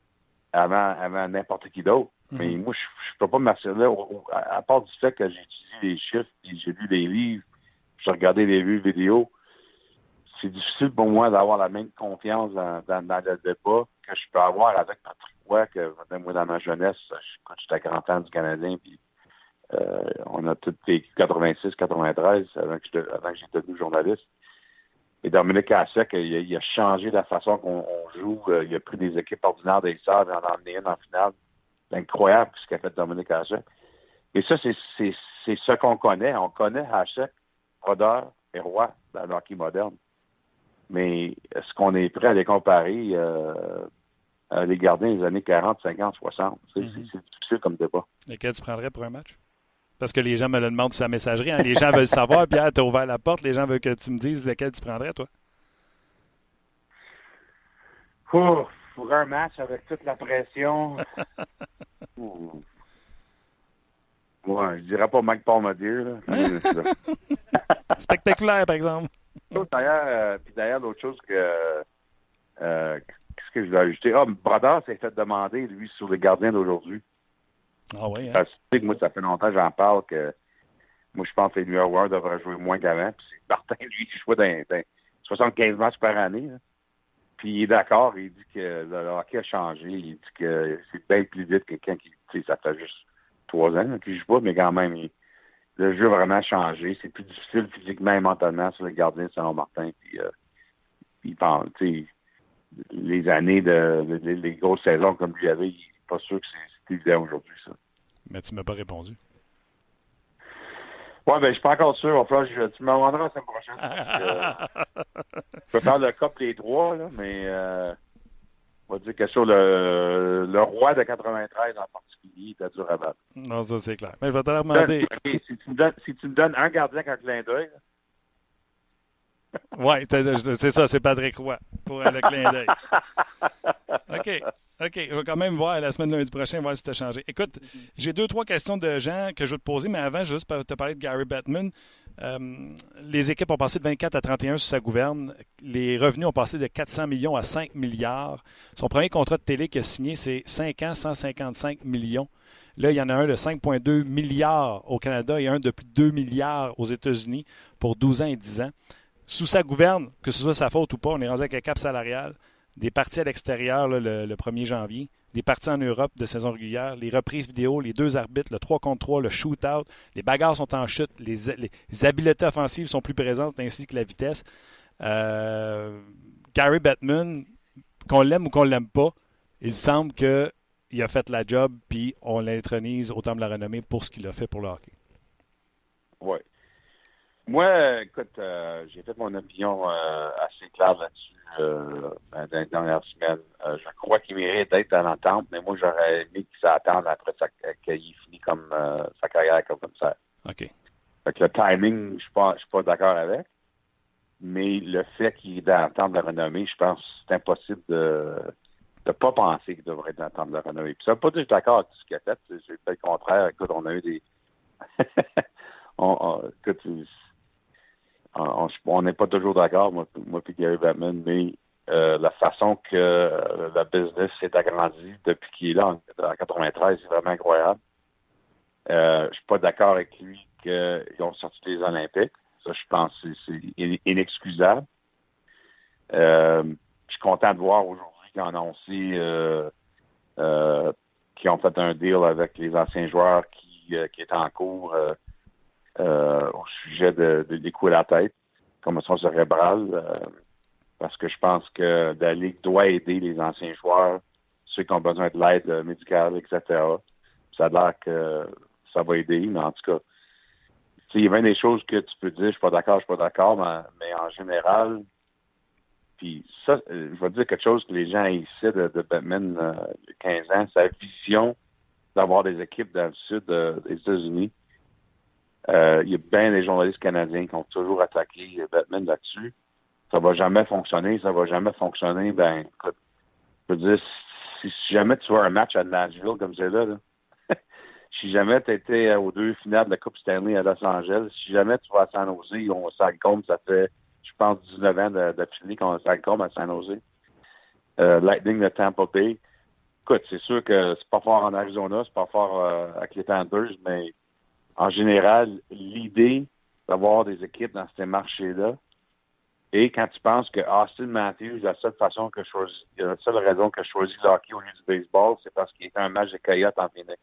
avant n'importe qui d'autre. Mm-hmm. Mais moi, je peux pas m'assurer là, à part du fait que j'ai étudié les chiffres, puis j'ai lu des livres, j'ai regardé des vues vidéo. C'est difficile pour moi d'avoir la même confiance dans le débat que je peux avoir avec Patrick Roy, que moi, dans ma jeunesse, j'étais grand fan du Canadien, puis on a tous vécu 86-93 avant que j'étais devenu journaliste. Et Dominique Hasek, il a changé la façon qu'on joue. Il a pris des équipes ordinaires des Sables et en a emmené une en finale. C'est incroyable ce qu'a fait Dominique Hasek. Et ça, c'est ce qu'on connaît. On connaît Hasek, Brodeur et Roy dans le hockey moderne. Mais est-ce qu'on est prêt à les comparer à les gardiens des années 40, 50, 60? C'est difficile comme débat. Lequel tu prendrais pour un match? Parce que les gens me le demandent sur la messagerie. Hein? Les gens veulent savoir. Pierre, tu as ouvert la porte. Les gens veulent que tu me dises lequel tu prendrais, toi. Pour un match avec toute la pression. Ouais, je dirais pas Mike Palmadier. Spectaculaire, par exemple. D'ailleurs, l'autre chose qu'est-ce que je vais ajouter? Brodeur s'est fait demander, lui, sur les gardiens d'aujourd'hui. Ah oui, hein? Parce que moi, ça fait longtemps que j'en parle que moi, je pense que les New York Rangers devraient jouer moins qu'avant. Puis Martin, lui, il joue dans 75 matchs par année. Là. Puis il est d'accord, il dit que le hockey a changé. Il dit que c'est bien plus vite que quelqu'un qui, tu sais, ça fait juste 3 ans qu'il joue pas, mais quand même, le jeu a vraiment changé. C'est plus difficile physiquement et mentalement sur les gardiens, selon Martin. Puis il pense, tu sais, les années les grosses saisons comme lui avait, il n'est pas sûr que c'est évident aujourd'hui, ça. Mais tu ne m'as pas répondu. Oui, ben je suis pas encore sûr. Enfin, tu me demanderas la semaine prochaine. Je peux faire le COP les trois, là, mais on va dire que sur le roi de 93 en particulier, il a dû rabattre. Non, ça c'est clair. Mais je vais te le demander. Okay, si tu me donnes un gardien avec un clin d'œil. Oui, c'est ça, c'est Patrick Roy pour le clin d'œil. OK. Je vais quand même voir la semaine lundi prochain, voir si tu as changé. Écoute, j'ai 2-3 questions de gens que je veux te poser, mais avant, juste pour te parler de Gary Bettman. Les équipes ont passé de 24 à 31 sous sa gouverne. Les revenus ont passé de 400 millions à 5 milliards. Son premier contrat de télé qu'il a signé, c'est 5 ans, 155 millions. Là, il y en a un de 5,2 milliards au Canada et un de plus de 2 milliards aux États-Unis pour 12 ans et 10 ans. Sous sa gouverne, que ce soit sa faute ou pas, on est rendu avec un cap salarial, des parties à l'extérieur là, le 1er janvier, des parties en Europe de saison régulière, les reprises vidéo, les 2 arbitres, le 3 contre 3, le shootout, les bagarres sont en chute, les habiletés offensives sont plus présentes ainsi que la vitesse. Gary Bettman, qu'on l'aime ou qu'on l'aime pas, il semble qu'il a fait la job puis on l'intronise au temple de la renommée pour ce qu'il a fait pour le hockey. Oui. Moi, écoute, j'ai fait mon opinion assez claire là-dessus dans les dernières semaines. Je crois qu'il mérite d'être à l'entente, mais moi, j'aurais aimé qu'il s'attende après qu'il finisse comme sa carrière comme commissaire. OK. Fait que le timing, je suis pas d'accord avec, mais le fait qu'il est dans l'entente de la renommée, je pense que c'est impossible de pas penser qu'il devrait être dans l'entente de la renommée. Puis ça veut pas dire que je suis d'accord avec tout ce qu'il a fait. C'est peut-être le contraire. Écoute, on a eu des... écoute, on n'est pas toujours d'accord, moi et Gary Bettman, mais la façon que la business s'est agrandie depuis qu'il est là en 93, c'est vraiment incroyable. Je suis pas d'accord avec lui qu'ils ont sorti les Olympiques. Ça, je pense que c'est inexcusable. Je suis content de voir aujourd'hui qu'ils ont annoncé qu'ils ont fait un deal avec les anciens joueurs qui étaient en cours au sujet des coups à la tête, commotion cérébrale, parce que je pense que la Ligue doit aider les anciens joueurs, ceux qui ont besoin de l'aide médicale, etc. Ça a l'air que ça va aider, mais en tout cas, il y a bien des choses que tu peux dire, je suis pas d'accord, mais en général, puis ça, je vais dire quelque chose que les gens ici de Bettman, 15 ans, sa vision d'avoir des équipes dans le sud des États-Unis. Il y a bien des journalistes canadiens qui ont toujours attaqué Bettman là-dessus. Ça va jamais fonctionner. Ben, écoute, je veux dire, si jamais tu vois un match à Nashville comme c'est là, si jamais tu étais aux 2 finales de la Coupe Stanley à Los Angeles, si jamais tu vas à San Jose, ils ont Salcombe, ça fait, je pense, 19 ans d'affilée qu'on a Salcombe à San Jose. Lightning de Tampa Bay. Écoute, c'est sûr que c'est pas fort en Arizona, c'est pas fort avec les Panthers, mais en général, l'idée d'avoir des équipes dans ces marchés-là, et quand tu penses que Austin Matthews, la seule raison que je choisis le hockey au lieu du baseball, c'est parce qu'il était un match de Coyotes en Phoenix.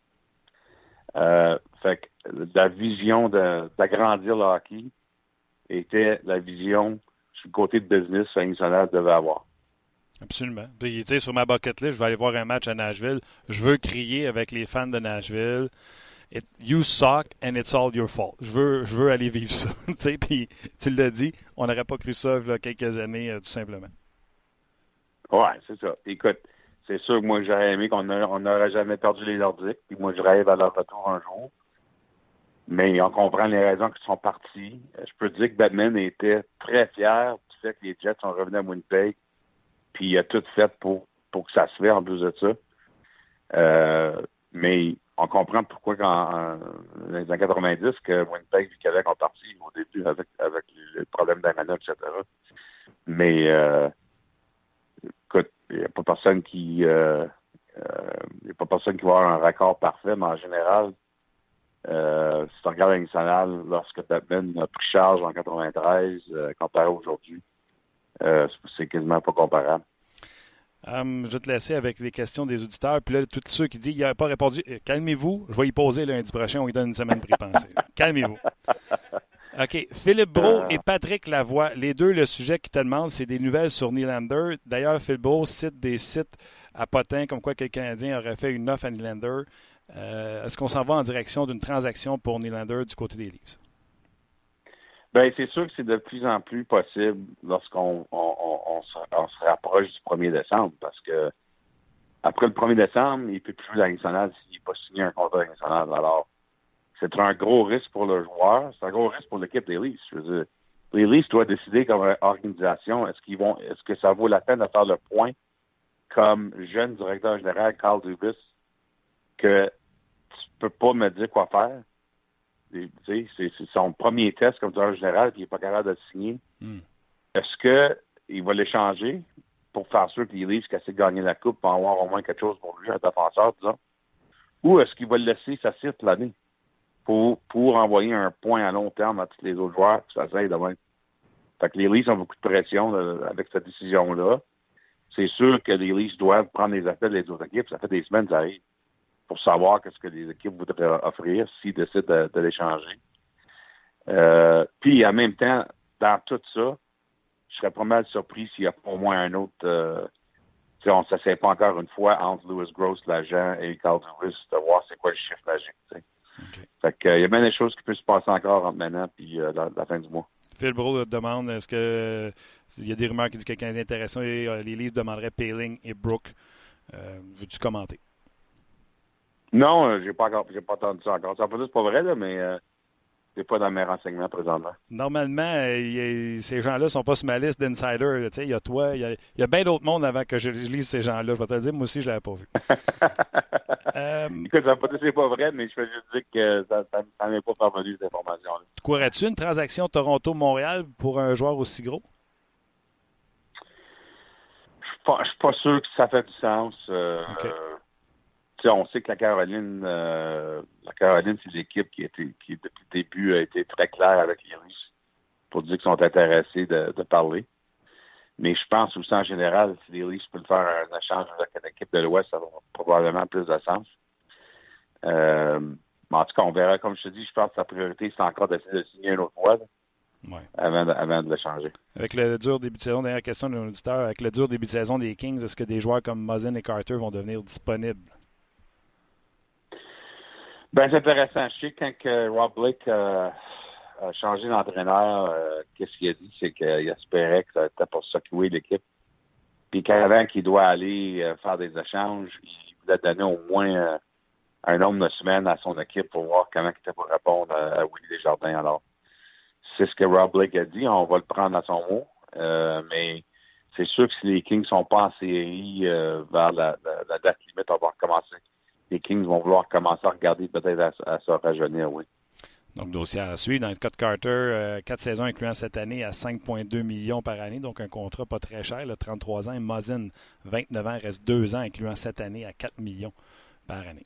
Fait que la vision d'agrandir le hockey était la vision sur le côté de business que national devait avoir. Absolument. Puis, tu sais, sur ma bucket list, je vais aller voir un match à Nashville. Je veux crier avec les fans de Nashville. You suck and it's all your fault. Je veux aller vivre ça. Puis tu l'as dit, on n'aurait pas cru ça il y a quelques années, tout simplement. Ouais, c'est ça. Écoute, c'est sûr que moi, j'aurais aimé qu'on n'aurait jamais perdu les Nordiques. Puis moi, je rêve à leur retour un jour. Mais on comprend les raisons qui sont parties. Je peux te dire que Bettman était très fier du fait que les Jets sont revenus à Winnipeg. Puis il a tout fait pour que ça se fasse en plus de ça. Mais on comprend pourquoi dans les années 90 que Winnipeg et Québec ont parti au début avec les problèmes d'arena, etc. Mais écoute, il n'y a pas personne qui va avoir un raccord parfait, mais en général, si tu regardes la Ligue nationale, lorsque Bettman a pris charge en 93, comparé à aujourd'hui, c'est quasiment pas comparable. Je vais te laisser avec les questions des auditeurs. Puis là, tous ceux qui disent qu'il n'a pas répondu, calmez-vous, je vais y poser lundi prochain, on lui donne une semaine pour y penser. Calmez-vous. OK. Philippe Brault et Patrick Lavoie, les deux, le sujet qu'ils te demandent, c'est des nouvelles sur Nylander. D'ailleurs, Phil Brault cite des sites à potins comme quoi que le Canadien aurait fait une offre à Nylander. Est-ce qu'on s'en va en direction d'une transaction pour Nylander du côté des Leafs? Bien, c'est sûr que c'est de plus en plus possible lorsqu'on se rapproche du 1er décembre, parce que après le 1er décembre, il ne peut plus jouer dans la Ligue nationale s'il n'a pas signé un contrat dans la Ligue nationale. Alors, c'est un gros risque pour le joueur, c'est un gros risque pour l'équipe des Leafs. Je veux dire, les Leafs doivent décider comme organisation, est-ce que ça vaut la peine de faire le point comme jeune directeur général, Carl Dubas, que tu peux pas me dire quoi faire. C'est son premier test comme directeur général, puis il n'est pas capable de le signer. Est-ce qu'il va l'échanger pour faire sûr que les Leafs qui essaient de gagner la Coupe vont avoir au moins quelque chose pour lui, un défenseur, disons? Ou est-ce qu'il va le laisser s'assurer toute l'année pour envoyer un point à long terme à tous les autres joueurs qui s'essayent de même? Fait que les Leafs ont beaucoup de pression avec cette décision-là. C'est sûr que les Leafs doivent prendre les appels des autres équipes. Ça fait des semaines que ça arrive pour savoir qu'est-ce que les équipes voudraient offrir s'ils décident de l'échanger. Puis, en même temps, dans tout ça, je serais pas mal surpris s'il y a au moins un autre... on ne s'essaie pas encore une fois entre Louis Gross, l'agent, et Carl Dubas de voir c'est quoi le chiffre magique. Okay. Fait que, il y a bien des choses qui peuvent se passer encore entre maintenant et la fin du mois. Phil Brault demande, est-ce que il y a des rumeurs qui disent que quelqu'un est intéressant et les Leafs demanderaient Poehling et Brook. Veux-tu commenter? Non, j'ai pas entendu ça encore. Ça veut dire que c'est pas vrai, là, mais c'est pas dans mes renseignements présentement. Normalement, ces gens-là sont pas sur ma liste d'insiders. Il y a toi, il y a bien d'autres mondes avant que je lise ces gens-là. Je vais te le dire, moi aussi, je l'avais pas vu. Écoute, ça veut pas dire que c'est pas vrai, mais je veux juste dire que ça m'est pas parvenu, cette information-là. Croirais-tu une transaction Toronto-Montréal pour un joueur aussi gros? Je suis pas sûr que ça fait du sens. Okay. On sait que la Caroline, c'est l'équipe qui depuis le début a été très claire avec les Russes pour dire qu'ils sont intéressés de parler. Mais je pense aussi en général, si les Leafs peuvent faire un échange avec l'équipe de l'Ouest, ça va probablement plus de sens. Mais en tout cas, on verra. Comme je te dis, je pense que sa priorité, c'est encore d'essayer de signer une autre fois avant de l'échanger. Avec le dur début de saison, dernière question d'un auditeur, avec le dur début de saison des Kings, est-ce que des joueurs comme Muzzin et Carter vont devenir disponibles? Ben, c'est intéressant. Je sais que quand Rob Blake a changé d'entraîneur, qu'est-ce qu'il a dit? C'est qu'il espérait que ça était pour secouer l'équipe. Puis qu'avant qu'il doit aller faire des échanges, il voulait donner au moins un nombre de semaines à son équipe pour voir comment il était pour répondre à Willie Desjardins. Alors, c'est ce que Rob Blake a dit. On va le prendre à son mot. Mais c'est sûr que si les Kings sont pas en série vers la date limite, on va recommencer. Les Kings vont vouloir commencer à regarder peut-être à se rajeunir, oui. Donc, dossier à suivre. Dans le cas de Carter, 4 saisons incluant cette année à 5,2 millions par année. Donc, un contrat pas très cher, là, 33 ans. Et Muzzin, 29 ans, reste 2 ans incluant cette année à 4 millions par année.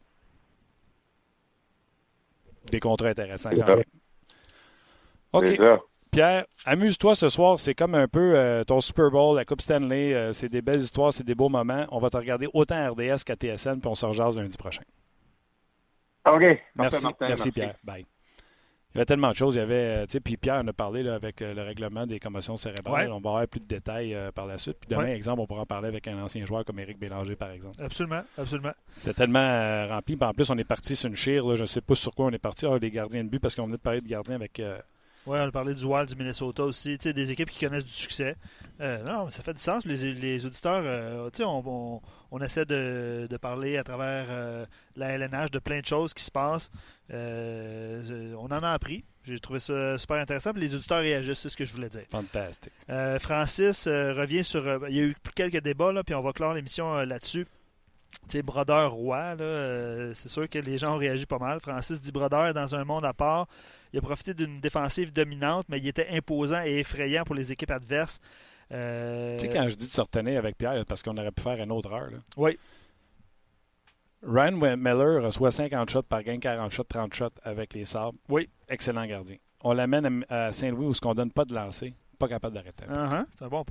Des contrats intéressants quand même. OK. Pierre, amuse-toi ce soir. C'est comme un peu ton Super Bowl, la Coupe Stanley. C'est des belles histoires, c'est des beaux moments. On va te regarder autant à RDS qu'à TSN, puis on se rejase lundi prochain. OK. Merci Pierre. Bye. Il y avait tellement de choses. Il y avait, puis Pierre en a parlé là, avec le règlement des commotions cérébrales. Ouais. On va avoir plus de détails par la suite. Puis demain, exemple, on pourra en parler avec un ancien joueur comme Éric Bélanger, par exemple. Absolument. C'était tellement rempli. Puis en plus, on est parti sur une chire. Là, je ne sais pas sur quoi on est parti. Les gardiens de but, parce qu'on venait de parler de gardiens avec... Oui, on a parlé du Wild, du Minnesota aussi, des équipes qui connaissent du succès. Non, ça fait du sens. Les auditeurs, on essaie de parler à travers la LNH de plein de choses qui se passent. On en a appris. J'ai trouvé ça super intéressant. Les auditeurs réagissent, c'est ce que je voulais dire. Fantastique. Francis revient sur... il y a eu quelques débats, là, puis on va clore l'émission là-dessus. Brodeur roi, là, c'est sûr que les gens ont réagi pas mal. Francis dit Brodeur dans un monde à part. Il a profité d'une défensive dominante, mais il était imposant et effrayant pour les équipes adverses. Tu sais, quand je dis de se retenir avec Pierre, parce qu'on aurait pu faire une autre heure. Là. Oui. Ryan Miller reçoit 50 shots par game, 40 shots, 30 shots avec les Sabres. Oui. Excellent gardien. On l'amène à Saint-Louis où on ne donne pas de lancer. Pas capable d'arrêter. C'est un bon point.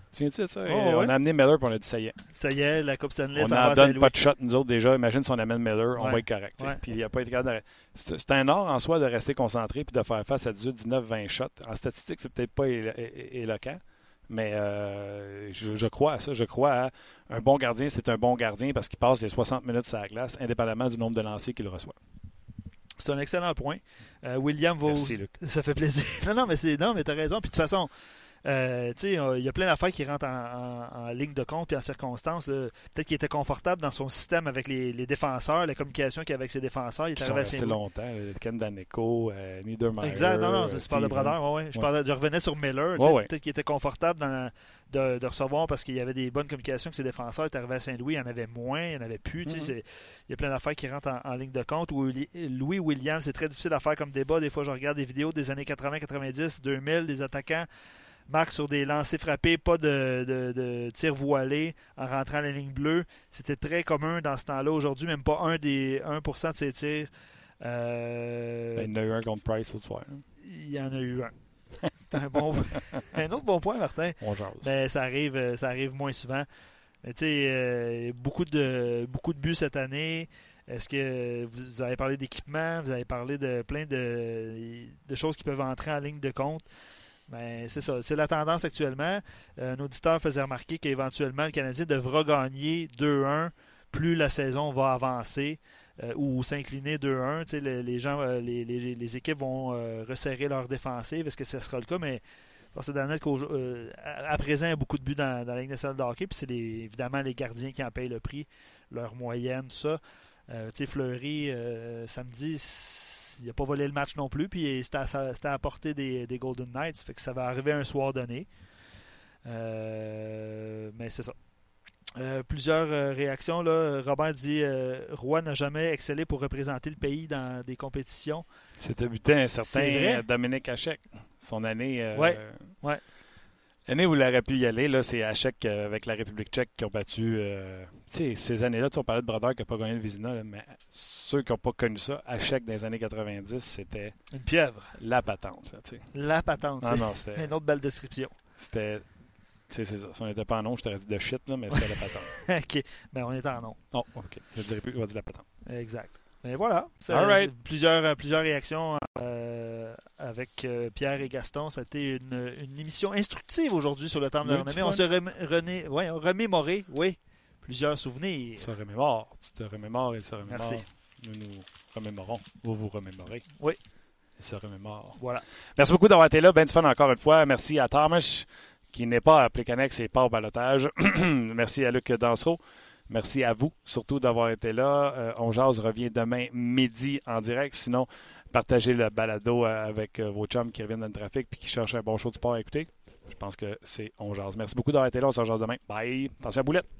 Tu viens de ça? On a amené Miller et on a dit ça y est. Ça y est, la Coupe Stanley, on n'en donne pas de shot, nous autres, déjà. Imagine si on amène Miller, on va être correct. Ouais. Puis il n'y a pas été capable de... C'est un art en soi de rester concentré puis de faire face à 18, 19, 20 shots. En statistique, c'est peut-être pas éloquent, mais je crois à ça. Je crois à un bon gardien, c'est un bon gardien parce qu'il passe les 60 minutes sur la glace, indépendamment du nombre de lancers qu'il reçoit. C'est un excellent point. William va... Merci, Luc. Ça fait plaisir. non, mais tu as raison. Puis de toute façon... il y a plein d'affaires qui rentrent en ligne de compte et en circonstances. Peut-être qu'il était confortable dans son système avec les défenseurs, la communication qu'il avait avec ses défenseurs. Ils sont restés longtemps. Ken Daneko, Niedermayer. Exact. Non, tu parles de Brodeur. Ouais. Je revenais sur Miller. Peut-être qu'il était confortable de recevoir parce qu'il y avait des bonnes communications avec ses défenseurs. Il est arrivé à Saint-Louis, il y en avait moins, il n'y en avait plus. Il y a plein d'affaires qui rentrent en ligne de compte. Louis Williams, c'est très difficile à faire comme débat. Des fois, je regarde des vidéos des années 80, 90, 2000, des attaquants marque sur des lancers frappés, pas de tir voilé en rentrant à la ligne bleue. C'était très commun dans ce temps-là. Aujourd'hui, même pas 1% de ses tirs. Il y en a eu un contre Price au soir. Il y en a eu un. C'est un autre bon point, Martin. On jase. Mais ça arrive moins souvent. Mais beaucoup de buts cette année. Est-ce que vous avez parlé d'équipement? Vous avez parlé de plein de choses qui peuvent entrer en ligne de compte? Ben, c'est ça. C'est la tendance actuellement. Un auditeur faisait remarquer qu'éventuellement, le Canadien devra gagner 2-1 plus la saison va avancer ou s'incliner 2-1. Les équipes vont resserrer leur défensive. Est-ce que ce sera le cas? Mais c'est d'admettre qu'à présent, il y a beaucoup de buts dans la Ligue nationale de hockey. Puis c'est évidemment les gardiens qui en payent le prix, leur moyenne, tout ça. Fleury, samedi, il n'a pas volé le match non plus, puis c'était à la portée des Golden Knights, fait que ça va arriver un soir donné. Mais c'est ça. Plusieurs réactions. Là. Robert dit Roy n'a jamais excellé pour représenter le pays dans des compétitions. C'était butin un certain Dominique Hachek. Son année. Ouais. L'année où il aurait pu y aller, là, c'est Hachek avec la République tchèque qui ont battu. Ces années-là, on parlait de Brodeur qui n'a pas gagné le Vizina, là, mais ceux qui n'ont pas connu ça, Hachek dans les années 90, c'était. Une pieuvre. La patente. Là, la patente. Non, c'était. Une autre belle description. C'était. C'est ça. Si on n'était pas en nom, je t'aurais dit de shit, là, mais c'était la patente. OK. Ben, on est en nom. Oh, OK. Je ne dirais plus, on va dire la patente. Exact. Mais voilà. All right. Plusieurs réactions avec Pierre et Gaston. Ça a été une émission instructive aujourd'hui sur le temps de la renommée. On s'est remémoré, plusieurs souvenirs. Se remémore. Tu te remémores et il se remémore. Merci. Nous remémorons. Vous vous remémorez. Oui. Il se remémore. Voilà. Merci beaucoup d'avoir été là. Ben du fun encore une fois. Merci à Thomas, qui n'est pas à Plécanex et pas au balotage. Merci à Luc Dansereau. Merci à vous, surtout d'avoir été là. On jase revient demain midi en direct. Sinon, partagez le balado avec vos chums qui reviennent dans le trafic et qui cherchent un bon show de sport à écouter. Je pense que c'est On jase. Merci beaucoup d'avoir été là. On se jase demain. Bye. Attention à la boulette.